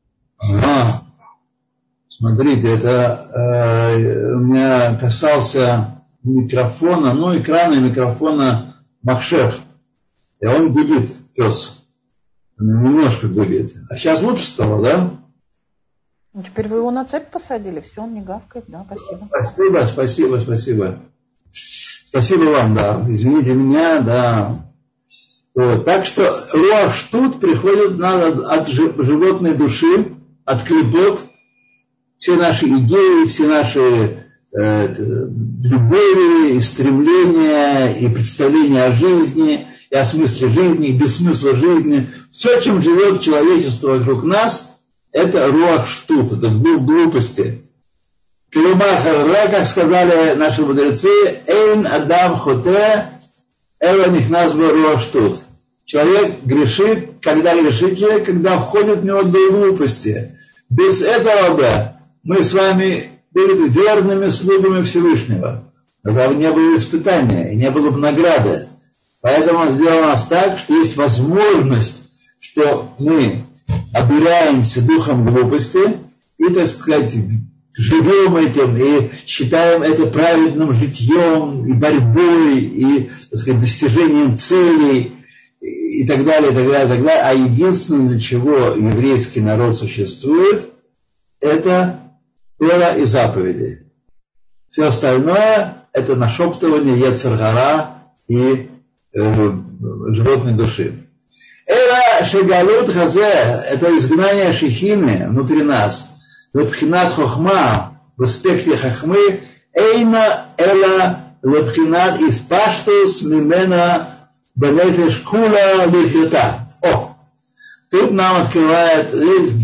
А, смотрите, это э, у меня касался микрофона, ну, экрана микрофона Махшев. И он гудит, пес. Немножко гудит. А сейчас лучше стало, да? Ну, теперь вы его на цепь посадили, все, он не гавкает, да, спасибо. Спасибо, спасибо, спасибо. Спасибо вам, да. Извините меня, да. Вот. Так что руах штут приходит от, от животной души, от клепот. Все наши идеи, все наши э, любови, и стремления, и представления о жизни, и о смысле жизни, и без смысла жизни. Все, чем живет человечество вокруг нас, это руах штут, это глупости. Климахар, как сказали наши мудрецы, эйн адам хоте, эва нихнас бо руах штут. Человек грешит, когда грешит человек, когда входит в него до глупости. Без этого бы мы с вами были бы верными слугами Всевышнего. Тогда бы не было испытания и не было бы награды. Поэтому он сделал нас так, что есть возможность, что мы обуряемся духом глупости и, так сказать, живем этим и считаем это праведным житьем и борьбой и, так сказать, достижением целей и так далее, и так далее, и так далее. А единственное, для чего еврейский народ существует, это Тора и заповеди. Все остальное – это нашептывание йецер гара и э, животной души. Эра шегалут хазе – это изгнание шехины внутри нас. Лепхинат хохма в аспекте хохмы эйна эла лепхинат испаштус мимена бенефеш кула лифьюта. О! Тут нам открывает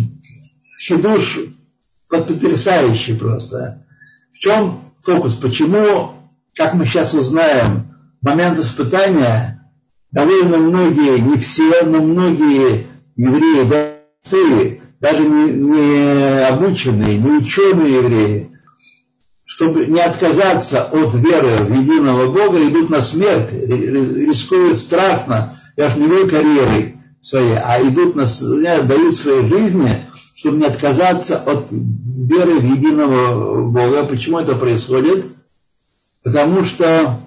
шидуш потрясающий просто. В чем фокус? Почему, как мы сейчас узнаем, в момент испытания довольно многие, не все, но многие евреи, даже не, не обученные, не ученые евреи, чтобы не отказаться от веры в единого Бога, идут на смерть, рискуют страшно, даже не только карьерой своей, а идут на, дают своей жизни, чтобы не отказаться от веры в единого Бога. Почему это происходит? Потому что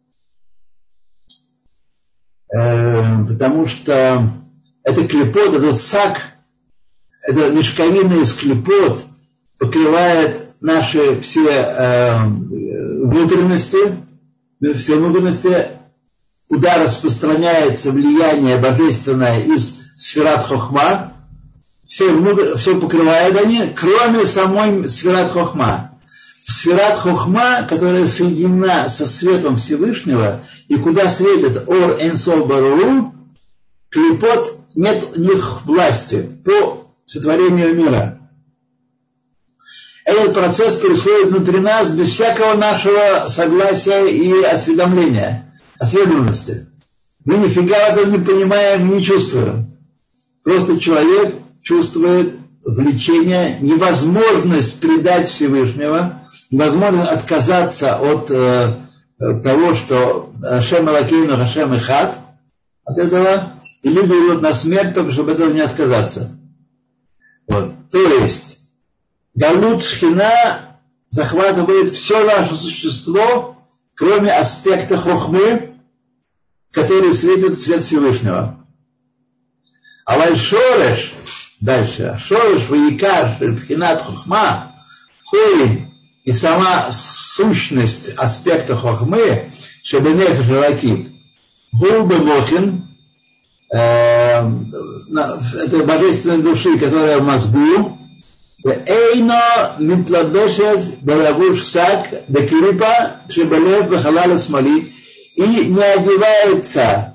э, потому что это клепот, этот сак, это мешковина из клепот покрывает наши все э, внутренности, все внутренности, куда распространяется влияние божественное из сферат хохма, все, внутрь, все покрывают они, кроме самой сферат хохма. Сферат Хохма, которая соединена со светом Всевышнего, и куда светит Ор Эйн-Соф Баруру, клипот нет у них власти по сотворению мира. Этот процесс происходит внутри нас без всякого нашего согласия и осведомления, осведомленности. Мы нифига этого не понимаем, не чувствуем. Просто человек чувствует влечение, невозможность предать Всевышнего, невозможность отказаться от э, того, что Ашем Элокейну, Ашем Эхад, от этого, и люди идут на смерть, только чтобы от этого не отказаться. Вот. То есть, Галут Шхина захватывает все наше существо, кроме аспекта Хохмы, который светит свет Всевышнего. А Вальшореш, дальше, Шореш, Ваикар, Шельпхинат Хохма, Хоим, и сама сущность аспекта Хохмы, Шебенеф Желакит, Гулбе Мохин, это божественной души, которая в мозгу, Эйно Митладешев Балагуш Сак Бекирипа Шебелев Бахалала Смоли, и не одевается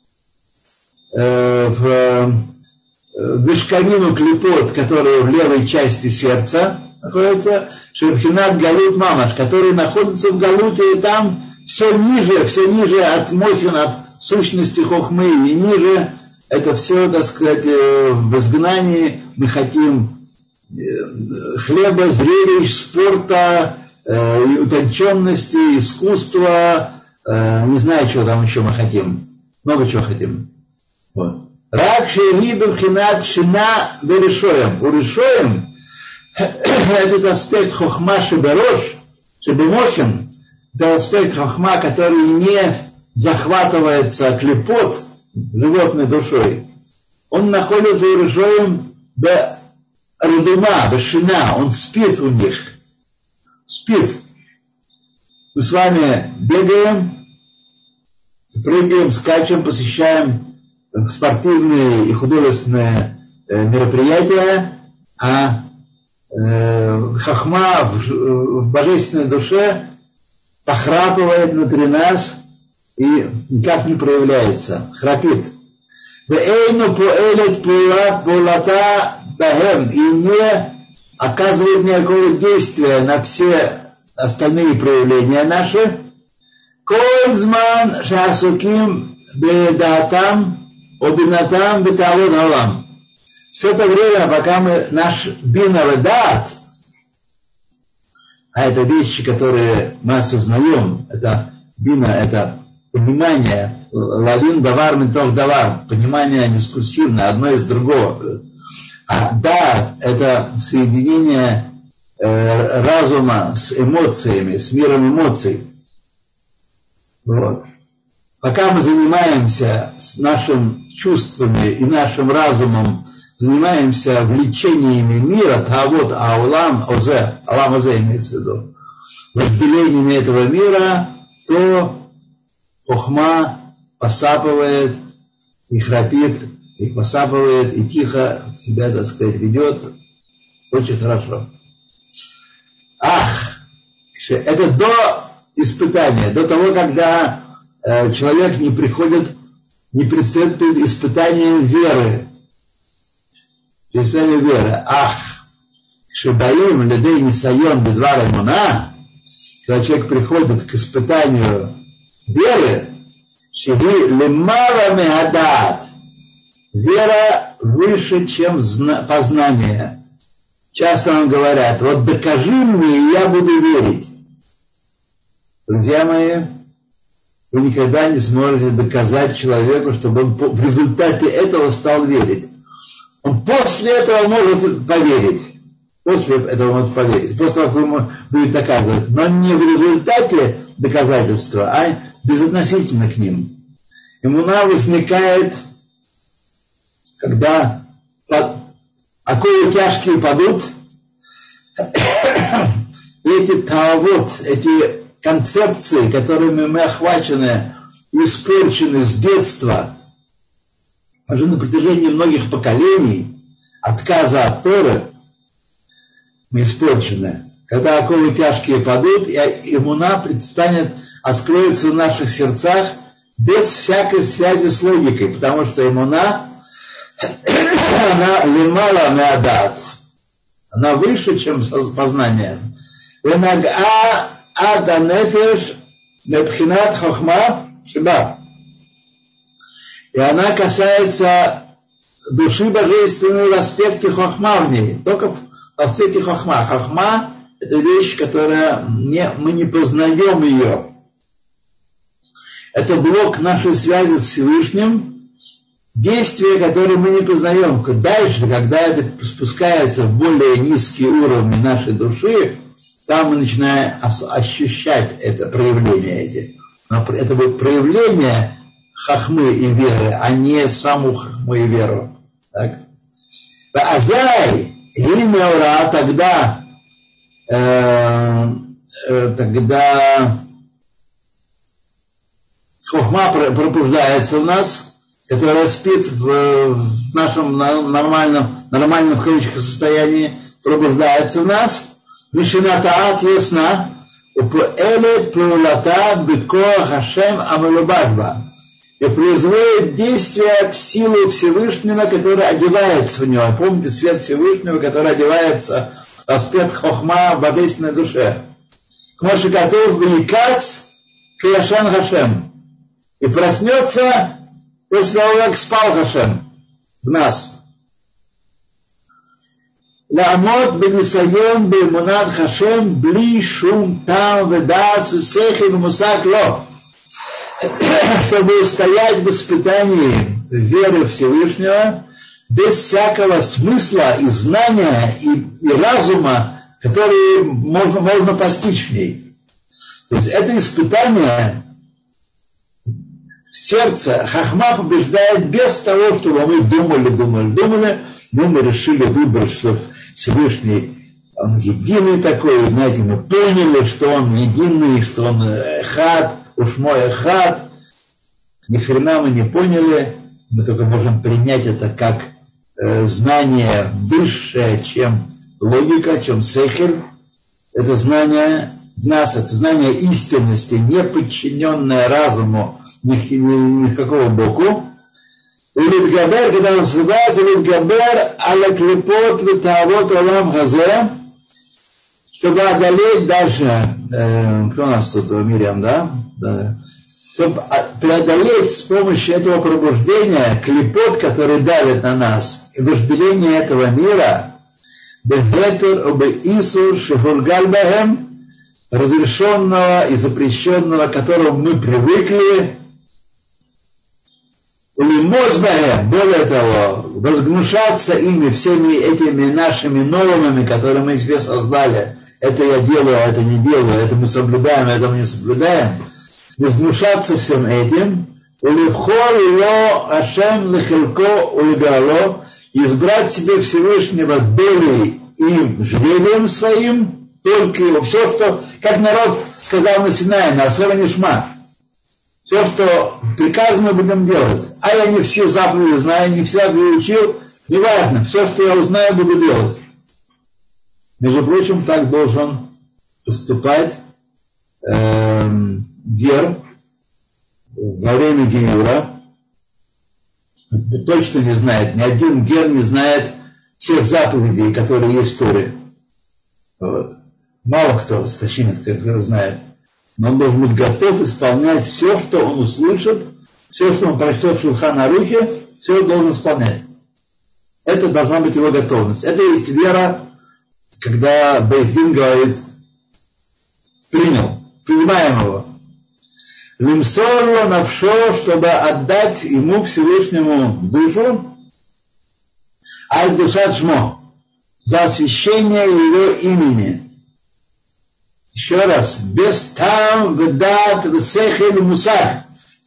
э, в, в мешковину клепот, которая в левой части сердца находится, Шебхинат Галут Мамаш, который находится в Галуте, и там все ниже, все ниже от Мохин, от сущности Хохмы, и ниже это все, так сказать, в изгнании мы хотим хлеба, зрелищ, спорта, э, утонченности, искусства, э, не знаю, чего там еще мы хотим. Много чего хотим. Вот. Рак шеиду хинат шина берешоем. У решоем этот аспект хохма шеберош, шебемошин, это аспект хохма, который не захватывается клепот животной душой. Он находится у решоем бе Рудума, Башина, он спит у них. Спит. Мы с вами бегаем, прыгаем, скачем, посещаем спортивные и художественные э, мероприятия, а э, хохма в, в божественной душе похрапывает внутри нас и никак не проявляется, храпит. Вэйну поэлет пулата бахем, и не оказывает никакого действия на все остальные проявления наши. Кользман шасуким бедатам обинатам бетавод галам. Все это время, пока мы наш бинаведат, а это вещи, которые мы осознаем, это бина, это понимание, лавин давар митох давар, понимание дискурсивное, одно из другого. А да, это соединение э, разума с эмоциями, с миром эмоций. Вот. Пока мы занимаемся с нашими чувствами и нашим разумом, занимаемся влечениями мира, а вот аулам озе, алам озе имеется в виду, разделениями этого мира, то хохма посапывает и храпит, и посапывает, и тихо себя, так сказать, ведет. Очень хорошо. Ах, это до испытания, до того, когда э, человек не приходит, не предстает перед испытанием веры. Испытанием веры. Ах, шебаим ледей нисайон бедвар эмуна, когда человек приходит к испытанию веры, шеги лемара меадат, вера выше, чем познание. Часто нам говорят, вот докажи мне, и я буду верить. Друзья мои, вы никогда не сможете доказать человеку, чтобы он в результате этого стал верить. Он после этого может поверить. После этого может поверить. После того, как ему будет доказывать. Но не в результате доказательства, а безотносительно к ним. Иммуна возникает, когда оковы тяжкие падут, эти таавот, эти концепции, которыми мы охвачены, испорчены с детства, уже на протяжении многих поколений, отказа от Торы, мы испорчены. когда оковы тяжкие падут, и иммуна предстанет, откроется в наших сердцах без всякой связи с логикой, потому что иммуна, она лимала меадат, она выше, чем познание. Венаг'a ада нефеш мепхинат хохма шиба. И она касается души божественной в аспекте хохма в ней, только в аспекте хохма. Хохма – это вещь, которая не, мы не познаем ее. Это блок нашей связи с Всевышним, действие, которое мы не познаем. Дальше, когда это спускается в более низкие уровни нашей души, там мы начинаем ощущать это проявление эти. Но это будет проявление хохмы и веры, а не саму хохму и веру. Так? Азай, Гимеора, тогда, э, э, тогда хохма пробуждается в нас, которая спит в, в нашем нормальном, нормальном в кавычках состоянии, пробуждается в нас. Мишинатаат ясна, упоэлет плулата бекоах Хашем амалубашба. И производит действие в силу Всевышнего, который одевается в него. Помните свет Всевышнего, который одевается в аспект хохма в божественной душе. Кмоши готов великац кияшан Хашем. И проснется после того, как спал Хашем в нас. Лаамот бенисайон беэмунат Хашем бли шум там ведас весехин мусак ло. Чтобы стоять в испытании веры Всевышнего без всякого смысла и знания и, и разума, которые можно, можно постичь в ней. То есть это испытание в сердце. Хохма побеждает без того, чтобы мы думали, думали, думали, но мы решили выбрать, что Всевышний, он единый такой, знаете, мы поняли, что он единый, что он эхад, уж мой эхад. Ни хрена мы не поняли, мы только можем принять это как э, знание высшее, чем логика, чем сехель. Это знание нас, это знание истинности, не подчиненное разуму ни, ни, ни в какого боку. Улитгабер, когда он называется, улитгабер аля клипот витавот олам хазе, чтобы одолеть дальше, э, кто у нас тут, Мириам, да? Да. Чтобы преодолеть с помощью этого пробуждения клипот, который давит на нас, и вожделение этого мира, бехетер обе исур шехургаль бахем, разрешенного и запрещенного, к которому мы привыкли, улимоз бахем, более того, возгнушаться ими, всеми этими нашими нормами, которые мы себе создали. Это я делаю, а это не делаю, это мы соблюдаем, а это мы не соблюдаем. Возгнушаться всем этим, улевхор его Ашем лехелко улегало, избрать себе Всевышнего долей и жребием своим, только его, все, что, как народ сказал на Синае, на Асера Нишма, все, что приказано, будем делать. А я не все заповеди знаю, не все заповеди учил, неважно, все, что я узнаю, буду делать. Между прочим, так должен поступать эм, гер во время генюра. Точно не знает, ни один гер не знает всех заповедей, которые есть в Торе. Вот. Мало кто стащинит, как знает. Но он должен быть готов исполнять все, что он услышит, все, что он прочтет в Шулхан Арухе, все он должен исполнять. Это должна быть его готовность. Это есть вера, когда Бейс Дин говорит, принял, принимаем его. Лимсорло навшо, чтобы отдать ему Всевышнему душу, аль душа шмо, за освящение его имени. Еще раз, без там, вдат, всехель, мусар.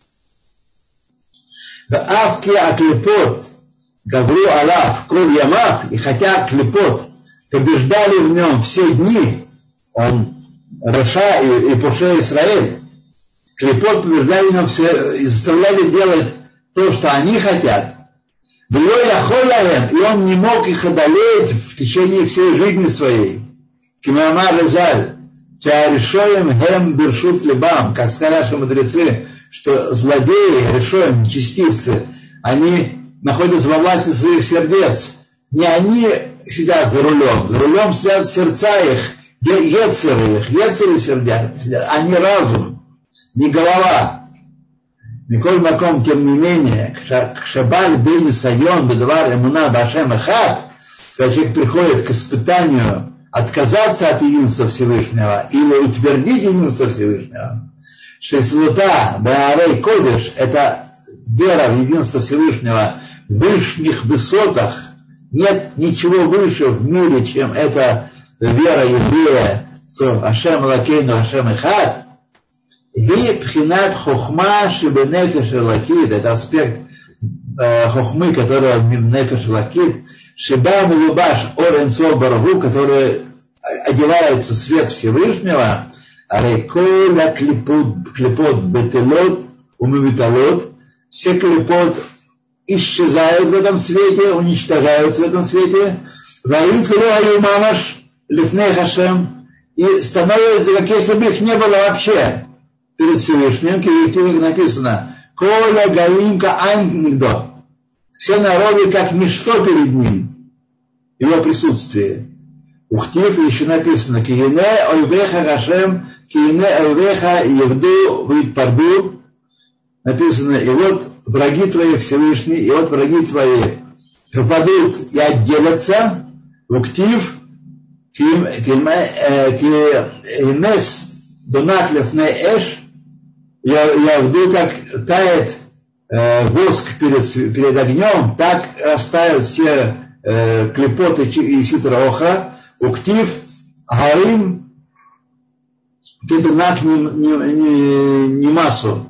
В авке аклепот, гавру алав, кол ямав, и хотя клепот побеждали в нем все дни, он Раша и, и Поше Исраэль, клепот побеждали в нем все и заставляли делать то, что они хотят. И он не мог их одолеть в течение всей жизни своей. Кимамар Резаль, Тиаришоем Хем Бершут Либам, как сказали наши мудрецы, что злодеи, решоем, нечестивцы, они находятся во власти своих сердец. Не они сидят за рулем, за рулем сидят сердца их, ецеры их, ецеры сидят, а не разум, не голова. Николь Маком, тем не менее, к Шабаль Бейни Сайон, Бедвар Эмуна Башем Эхат, когда человек приходит к испытанию отказаться от единства Всевышнего или утвердить единство Всевышнего, Шейсвута, Баарей Кодеш, это вера в единство Всевышнего в высших высотах. Нет ничего выше в мире, чем эта вера еврея, что Ашем Лакейну, Ашем Эхад. И пхинат хохма шибенефеш лакид, это аспект э, хохмы, которая в нефеш лакид, шиба милубаш орен сол барагу, который одевается в свет Всевышнего, арейколя клипот, клипот бетелот, умывиталот, все клипот исчезают в этом свете, уничтожаются в этом свете, и становятся, как если бы их не было вообще перед Всевышним. Как написано, Коля Галимка Ангдо, все народы как ничто перед ним, его присутствие. Ухтив еще написано, Киене ойвеха Хашем, Киене ойвеха Евду Витпарду, написано, и вот враги твои Всевышний, и вот враги твои пропадут и отделятся, уктив, кимес, донаклев не эш, я вду, как тает э, воск перед, перед огнем, так растают все э, клепоты и ситра охра, уктив, гарим, кедунак не, не, не, не массу.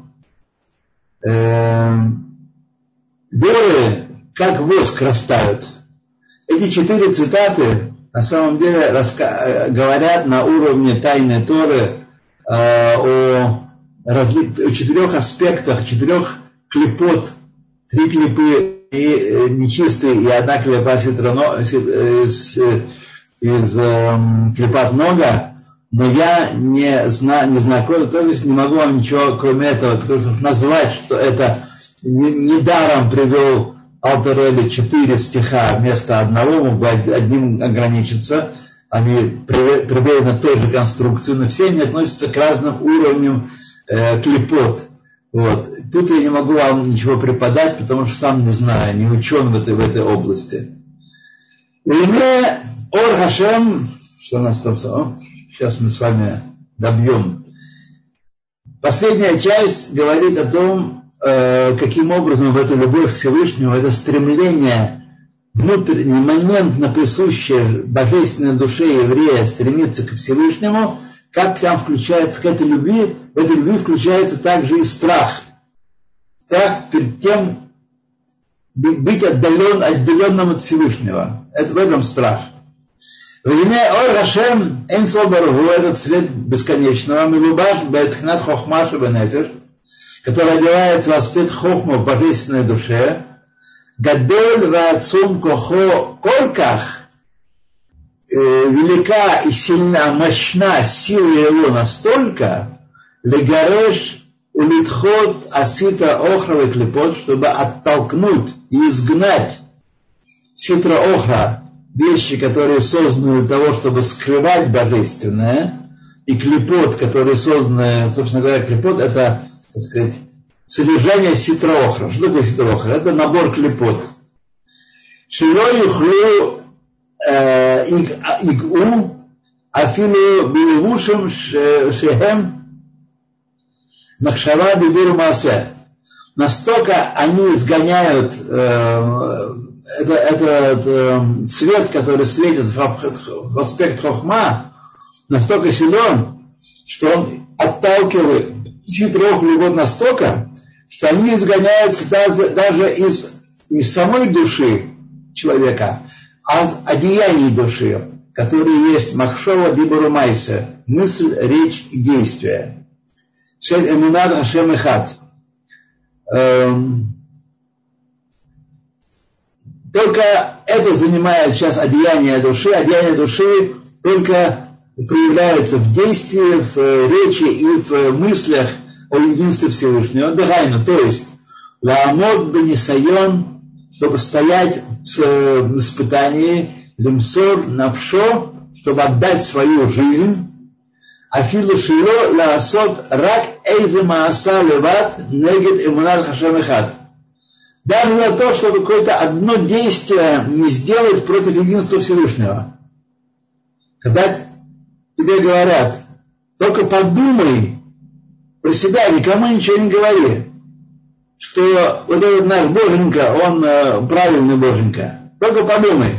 Горы, как воск, растают. Эти четыре цитаты на самом деле раска- говорят на уровне тайной Торы э, о, разли- о четырех аспектах, четырех клипот, три клипы и нечистые, и одна клипа из, из э, клипат много. Но я не знаю, не знаком, то есть не могу вам ничего, кроме этого, назвать, что это недаром привел Алтер Ребе четыре стиха вместо одного, мог бы одним ограничиться. Они привели на той же конструкции, но все они относятся к разным уровням э, клипот. Вот. Тут я не могу вам ничего преподать, потому что сам не знаю, не учен в этой, в этой области. Име Ор Хашем, что у нас там? Сейчас мы с вами добьем. Последняя часть говорит о том, э, каким образом в эту любовь к Всевышнему, это стремление, внутренний момент, присущее божественной душе еврея, стремиться к Всевышнему, как там включается к этой любви, в этой любви включается также и страх. Страх перед тем, быть отдален, отделенным от Всевышнего. Это в этом страх. Этот свет бесконечного, который одевается в аспект хохма в божественной душе, гадоль ваацум кохо колках, велика и сильна, мощна сила его настолько, легареш улитхот аситра охра клепот, чтобы оттолкнуть и изгнать ситра охра, вещи, которые созданы для того, чтобы скрывать божественное, и клепот, которые созданы, собственно говоря, клепот, это, так сказать, содержание ситроохра. Что такое ситроохра? Это набор клепот. Шило юхлю игу афилу билевушем шехем махшава бибиру маасе. Настолько они изгоняют э, это, это, это свет, который светит в, в аспект хохма, настолько силен, что он отталкивает ситрохлю вот настолько, что они изгоняются даже, даже из, из самой души человека, а от одеяний души, которые есть махшова дибуру майсе, мысль, речь и действие. Шель эмунад Ашем Эхад. Только это занимает сейчас одеяние души. Одеяние души только проявляется в действии, в речи и в мыслях о единстве Всевышнего. Дагайну, то есть лаамод бенисайон, чтобы стоять в испытании, лимсор навшо, чтобы отдать свою жизнь, афилу шило лаасот рак эйзе мааса леват негет эмунат хашем эхад. Даже за то, чтобы какое-то одно действие не сделать против единства Всевышнего. Когда тебе говорят, только подумай про себя, никому ничего не говори, что вот этот наш Боженька, он э, правильный Боженька. Только подумай.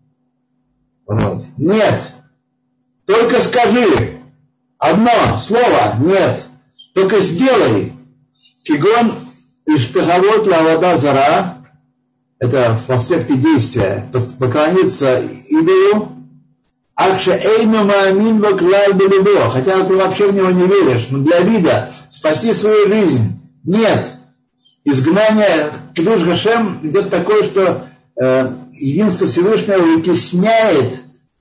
Вот. Нет. Только скажи. Одно слово. Нет. Только сделай. Кигон иштахавот лавада зара. Это в аспекте действия. Поклониться идолу. Акша эйну маамин ваклаль белебо. Хотя ты вообще в него не веришь. Но для вида спасти свою жизнь. Нет. Изгнание Кидуш Гашем идет такое, что э, единство Всевышнего вытесняет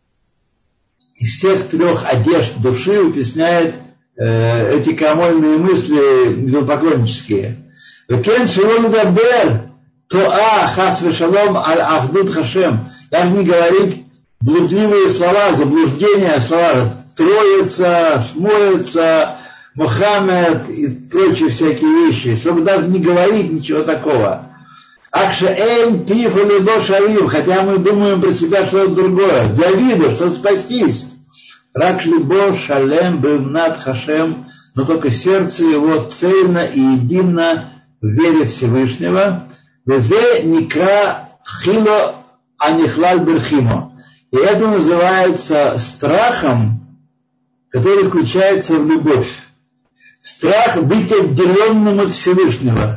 из всех трех одежд души, вытесняет э, эти крамольные мысли идолопоклоннические. Векен шелом дабер тоа хас вешалом аль ахдут Хашем. Даже не говорить блудливые слова, заблуждения, слова Троица, Шмуица, Мухаммед и прочие всякие вещи, чтобы даже не говорить ничего такого. Ахша эйн пиф либо шарим, хотя мы думаем про себя что-то другое. Для вида, чтобы спастись. Рак либо шалем бимнат хашем, но только сердце его цельно и едино в вере Всевышнего. Везе никра тхило анихлаль берхимо. И это называется страхом, который включается в любовь. Страх быть отделенным от Всевышнего.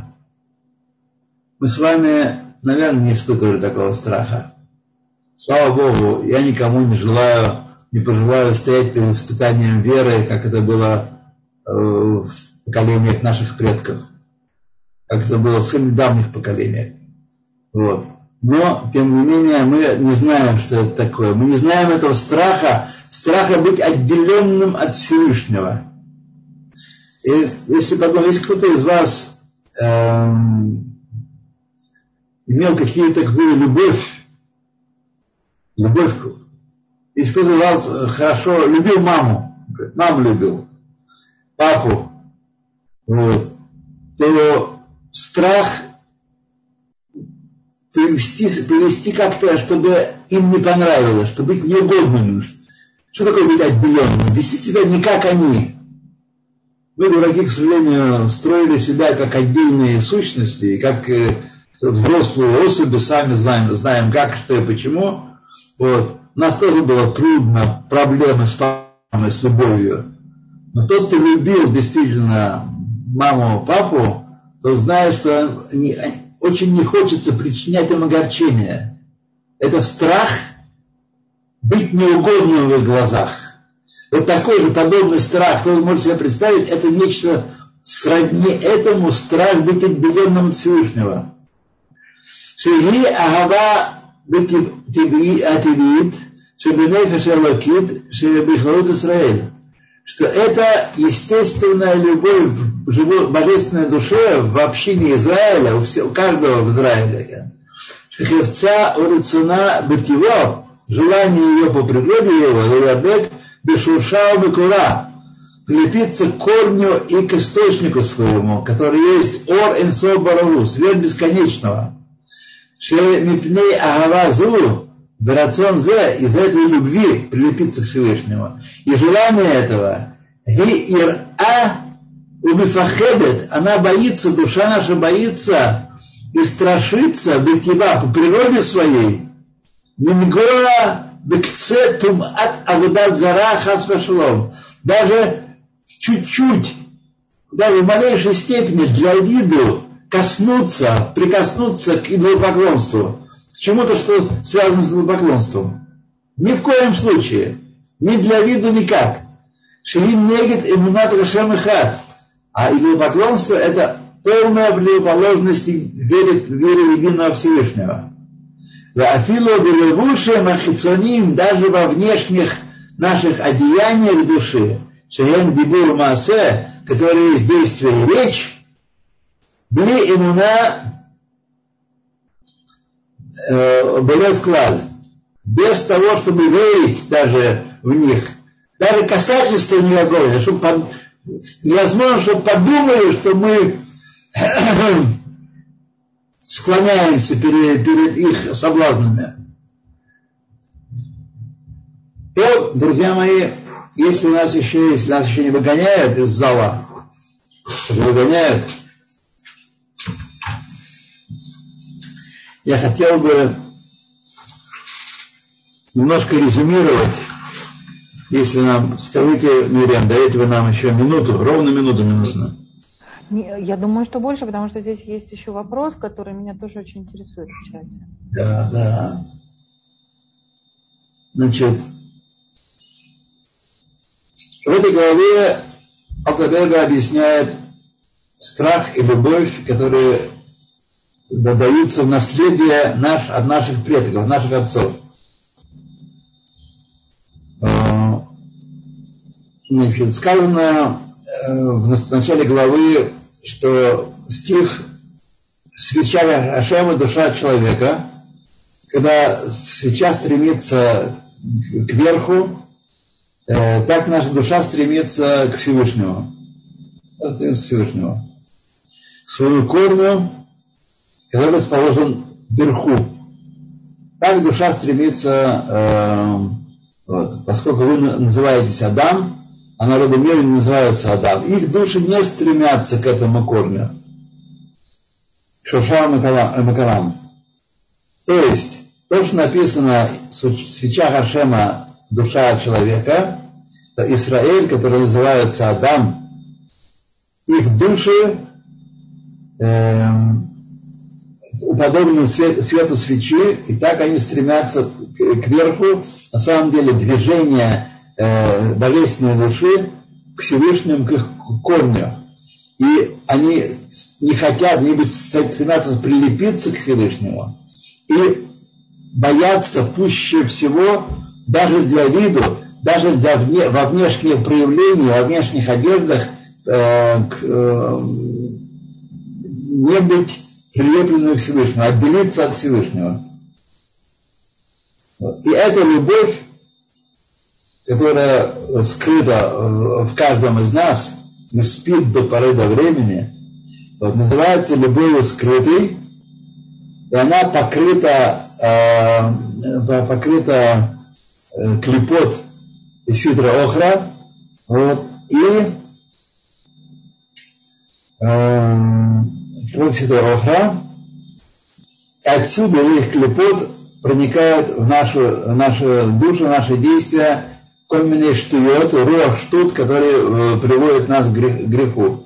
Мы с вами, наверное, не испытывали такого страха. Слава Богу, я никому не желаю, не пожелаю стоять перед испытанием веры, как это было в поколениях наших предков, как это было в самых давних поколениях. Вот. Но, тем не менее, мы не знаем, что это такое. Мы не знаем этого страха, страха быть отделенным от Всевышнего. И если подумать, если кто-то из вас эм, имел какие-то какую-то любовь, любовь, если кто-то из вас хорошо любил маму, маму любил, папу, вот, то страх привести, привести как-то, чтобы им не понравилось, чтобы быть неугодными. Что такое быть отделенным? Вести себя не как они. Мы, дураки, к сожалению, строили себя как отдельные сущности, как э, взрослые особи, сами знаем, знаем как, что и почему. Вот. У нас тоже было трудно, проблемы с мамой, с любовью. Но тот, кто любил действительно маму, папу, тот знает, что не, очень не хочется причинять им огорчение. Это страх быть неугодным в их глазах. Вот такой же подобный страх, кто может себе представить, это нечто сродни этому, страх быть отделенным от Всевышнего. Шеги агава бетивит ативит, шебенефеш элокит, шебихларут Исраэль. Что это естественная любовь в божественной душе, в общине Израиля, у, всего, у каждого в Израиле. Шехевца урицуна бетиво, желание ее по природе его, лерабек, бешуршау бекура, прилепиться к корню и к источнику своему, который есть ор энсо бараву, свет бесконечного. Ше мипней агава зу, берацон зе, из этой любви прилепиться к Всевышнему. И желание этого, ги ир а умифахедет, она боится, душа наша боится и страшится бекива по природе своей, мингора бекцетум от авудат зара хас вашлом. Даже чуть-чуть, даже в малейшей степени для виду коснуться, прикоснуться к идолопоклонству, к чему-то, что связано с идолопоклонством. Ни в коем случае. Ни для виду, никак. Шелим негет эмунат Хашем эхад. А идолопоклонство — это полная противоположность вере в единого Всевышнего. Афилу белевушем ахицоним, даже во внешних наших одеяниях души, шеен дибур маасе, которые есть действие и речь, бли имуна болет клад, без того, чтобы верить даже в них, даже касательства не огонь, чтобы под... невозможно, чтобы подумали, что мы склоняемся перед, перед их соблазнами. И, друзья мои, если у нас еще, если нас еще не выгоняют из зала, выгоняют, я хотел бы немножко резюмировать, если нам, скажите, Мирьям, даете вы нам еще минуту, ровно минуту мне нужно. Я думаю, что больше, потому что здесь есть еще вопрос, который меня тоже очень интересует в чате. Да, да. Значит, в этой главе Алтер Ребе объясняет страх и любовь, которые даются в наследие наш, от наших предков, наших отцов. Значит, сказано в начале главы, что стих «Свеча Ашема, душа человека», когда свеча стремится кверху, так наша душа стремится к Всевышнему. К Всевышнему. К своему корню, который расположен вверху. Так душа стремится, э, вот, поскольку вы называетесь Адам, а народы мира не называются Адам. Их души не стремятся к этому корню. Шоша Макарам. То есть, то, что написано в свечах Ашема, душа человека, это Исраэль, который называется Адам, их души э, уподоблены свету свечи, и так они стремятся кверху. На самом деле движение э, божественной души к Всевышнему, к их корню. И они не хотят, не стремятся прилепиться к Всевышнему. И боятся пуще всего, даже для виду, даже для вне, во внешнем проявлении, во внешних одеждах, э, к, э, не быть прилепленным к Всевышнему, отделиться от Всевышнего. И эта любовь, которая скрыта в каждом из нас, не спит до поры до времени, вот, называется любовью скрытой, и она покрыта, э, покрыта э, клипот и сидра охра, вот, и э, сидра охра, и отсюда их клипот проникает в нашу, в нашу душу, в наши действия, комменные штует, руах штут, которые э, приводят нас к греху.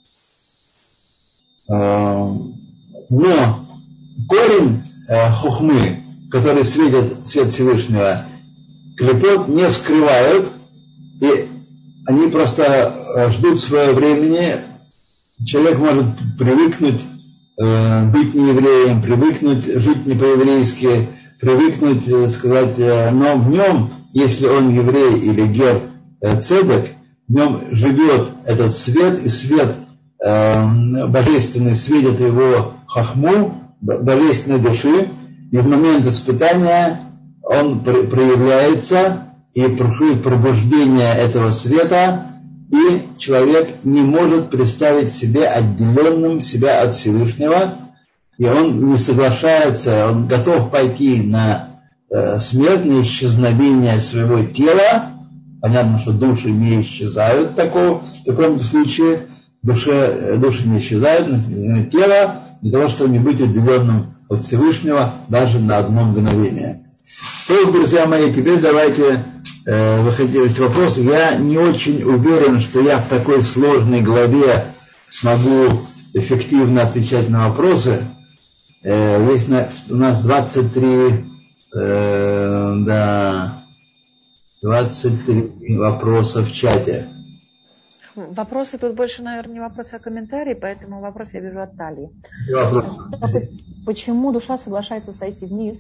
Э, но корень э, хухмы, который светит свет Всевышнего, клипот не скрывают, и они просто э, ждут своего времени. Человек может привыкнуть э, быть неевреем, привыкнуть жить не по-еврейски, привыкнуть, э, сказать, э, но в нем, если он еврей или гер э, цедек, в нем живет этот свет, и свет э, божественный светит его хахму, божественной души, и в момент испытания он проявляется, и происходит пробуждение этого света, и человек не может представить себе отделенным себя от Всевышнего, и он не соглашается, он готов пойти на э, смерть, на исчезновение своего тела. Понятно, что души не исчезают в таком, в таком случае, душе, души не исчезают, но тело, для того, чтобы не быть отделенным от Всевышнего даже на одно мгновение. То есть, друзья мои, теперь давайте э, выходить из вопроса. Я не очень уверен, что я в такой сложной главе смогу эффективно отвечать на вопросы. Э, есть на, у нас двадцать три, э, да, двадцать три вопроса в чате. Вопросы тут больше, наверное, не вопросы, а комментарии, поэтому вопрос я вижу от Талии. Вопрос. Почему душа соглашается сойти вниз,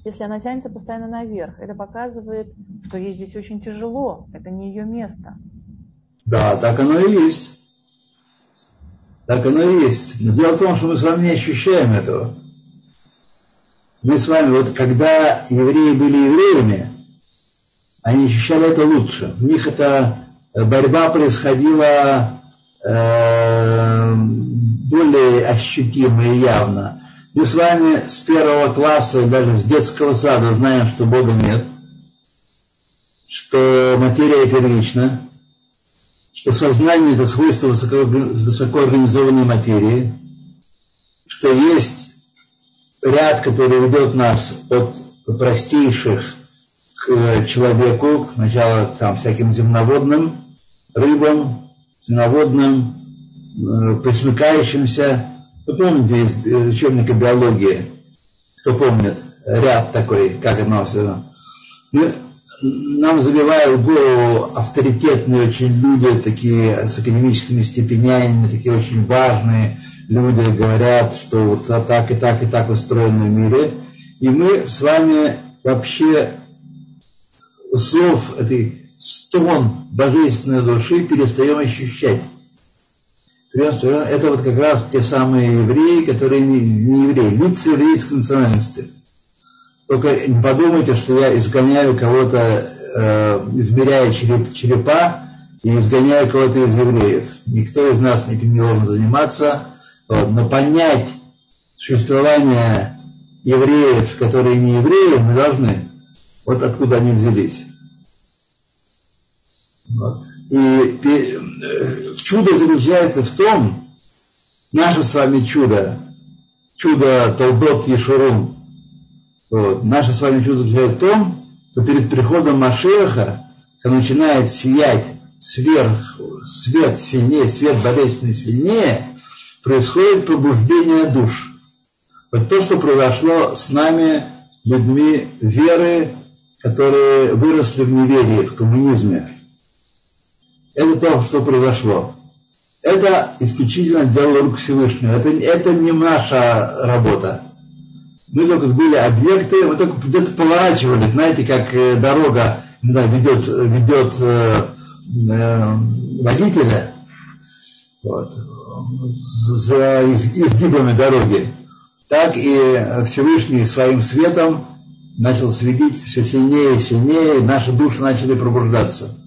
если она тянется постоянно наверх, это показывает, что ей здесь очень тяжело, это не ее место. Да, так оно и есть. Так оно и есть. Но дело в том, что мы с вами не ощущаем этого. Мы с вами, вот когда евреи были евреями, они ощущали это лучше. У них эта борьба происходила э, более ощутимо и явно. Мы с вами с первого класса, даже с детского сада знаем, что Бога нет, что материя первична, что сознание – это свойство высоко, высокоорганизованной материи, что есть ряд, который ведет нас от простейших к человеку, сначала там всяким земноводным, рыбам, земноводным, пресмыкающимся. Вы помните из учебника биологии, кто помнит, ряд такой, как оно все. Нам забивают в голову авторитетные очень люди, такие с академическими степенями, такие очень важные люди, говорят, что вот так и так и так устроено в мире. И мы с вами вообще зов этой стон божественной души перестаем ощущать. Это вот как раз те самые евреи, которые не, не евреи, лица еврейской национальности. Только не подумайте, что я изгоняю кого-то, э, измеряя череп, черепа, и изгоняю кого-то из евреев. Никто из нас этим не должен заниматься. Вот. Но понять существование евреев, которые не евреи, мы должны. Вот откуда они взялись. Вот. И, и чудо заключается в том, наше с вами чудо, чудо Толдот Ешурун, вот, наше с вами чудо заключается в том, что перед приходом Машиаха, когда начинает сиять сверх, свет сильнее, свет божественный сильнее, происходит пробуждение душ. Вот то, что произошло с нами, людьми веры, которые выросли в неверии, в коммунизме. Это то, что произошло. Это исключительно дело рук Всевышнего. Это, это не наша работа. Мы только были объекты, мы только где-то поворачивали, знаете, как дорога да, ведет, ведет э, э, водителя вот, за изгибами дороги. Так и Всевышний своим светом начал светить все сильнее и сильнее, и наши души начали пробуждаться.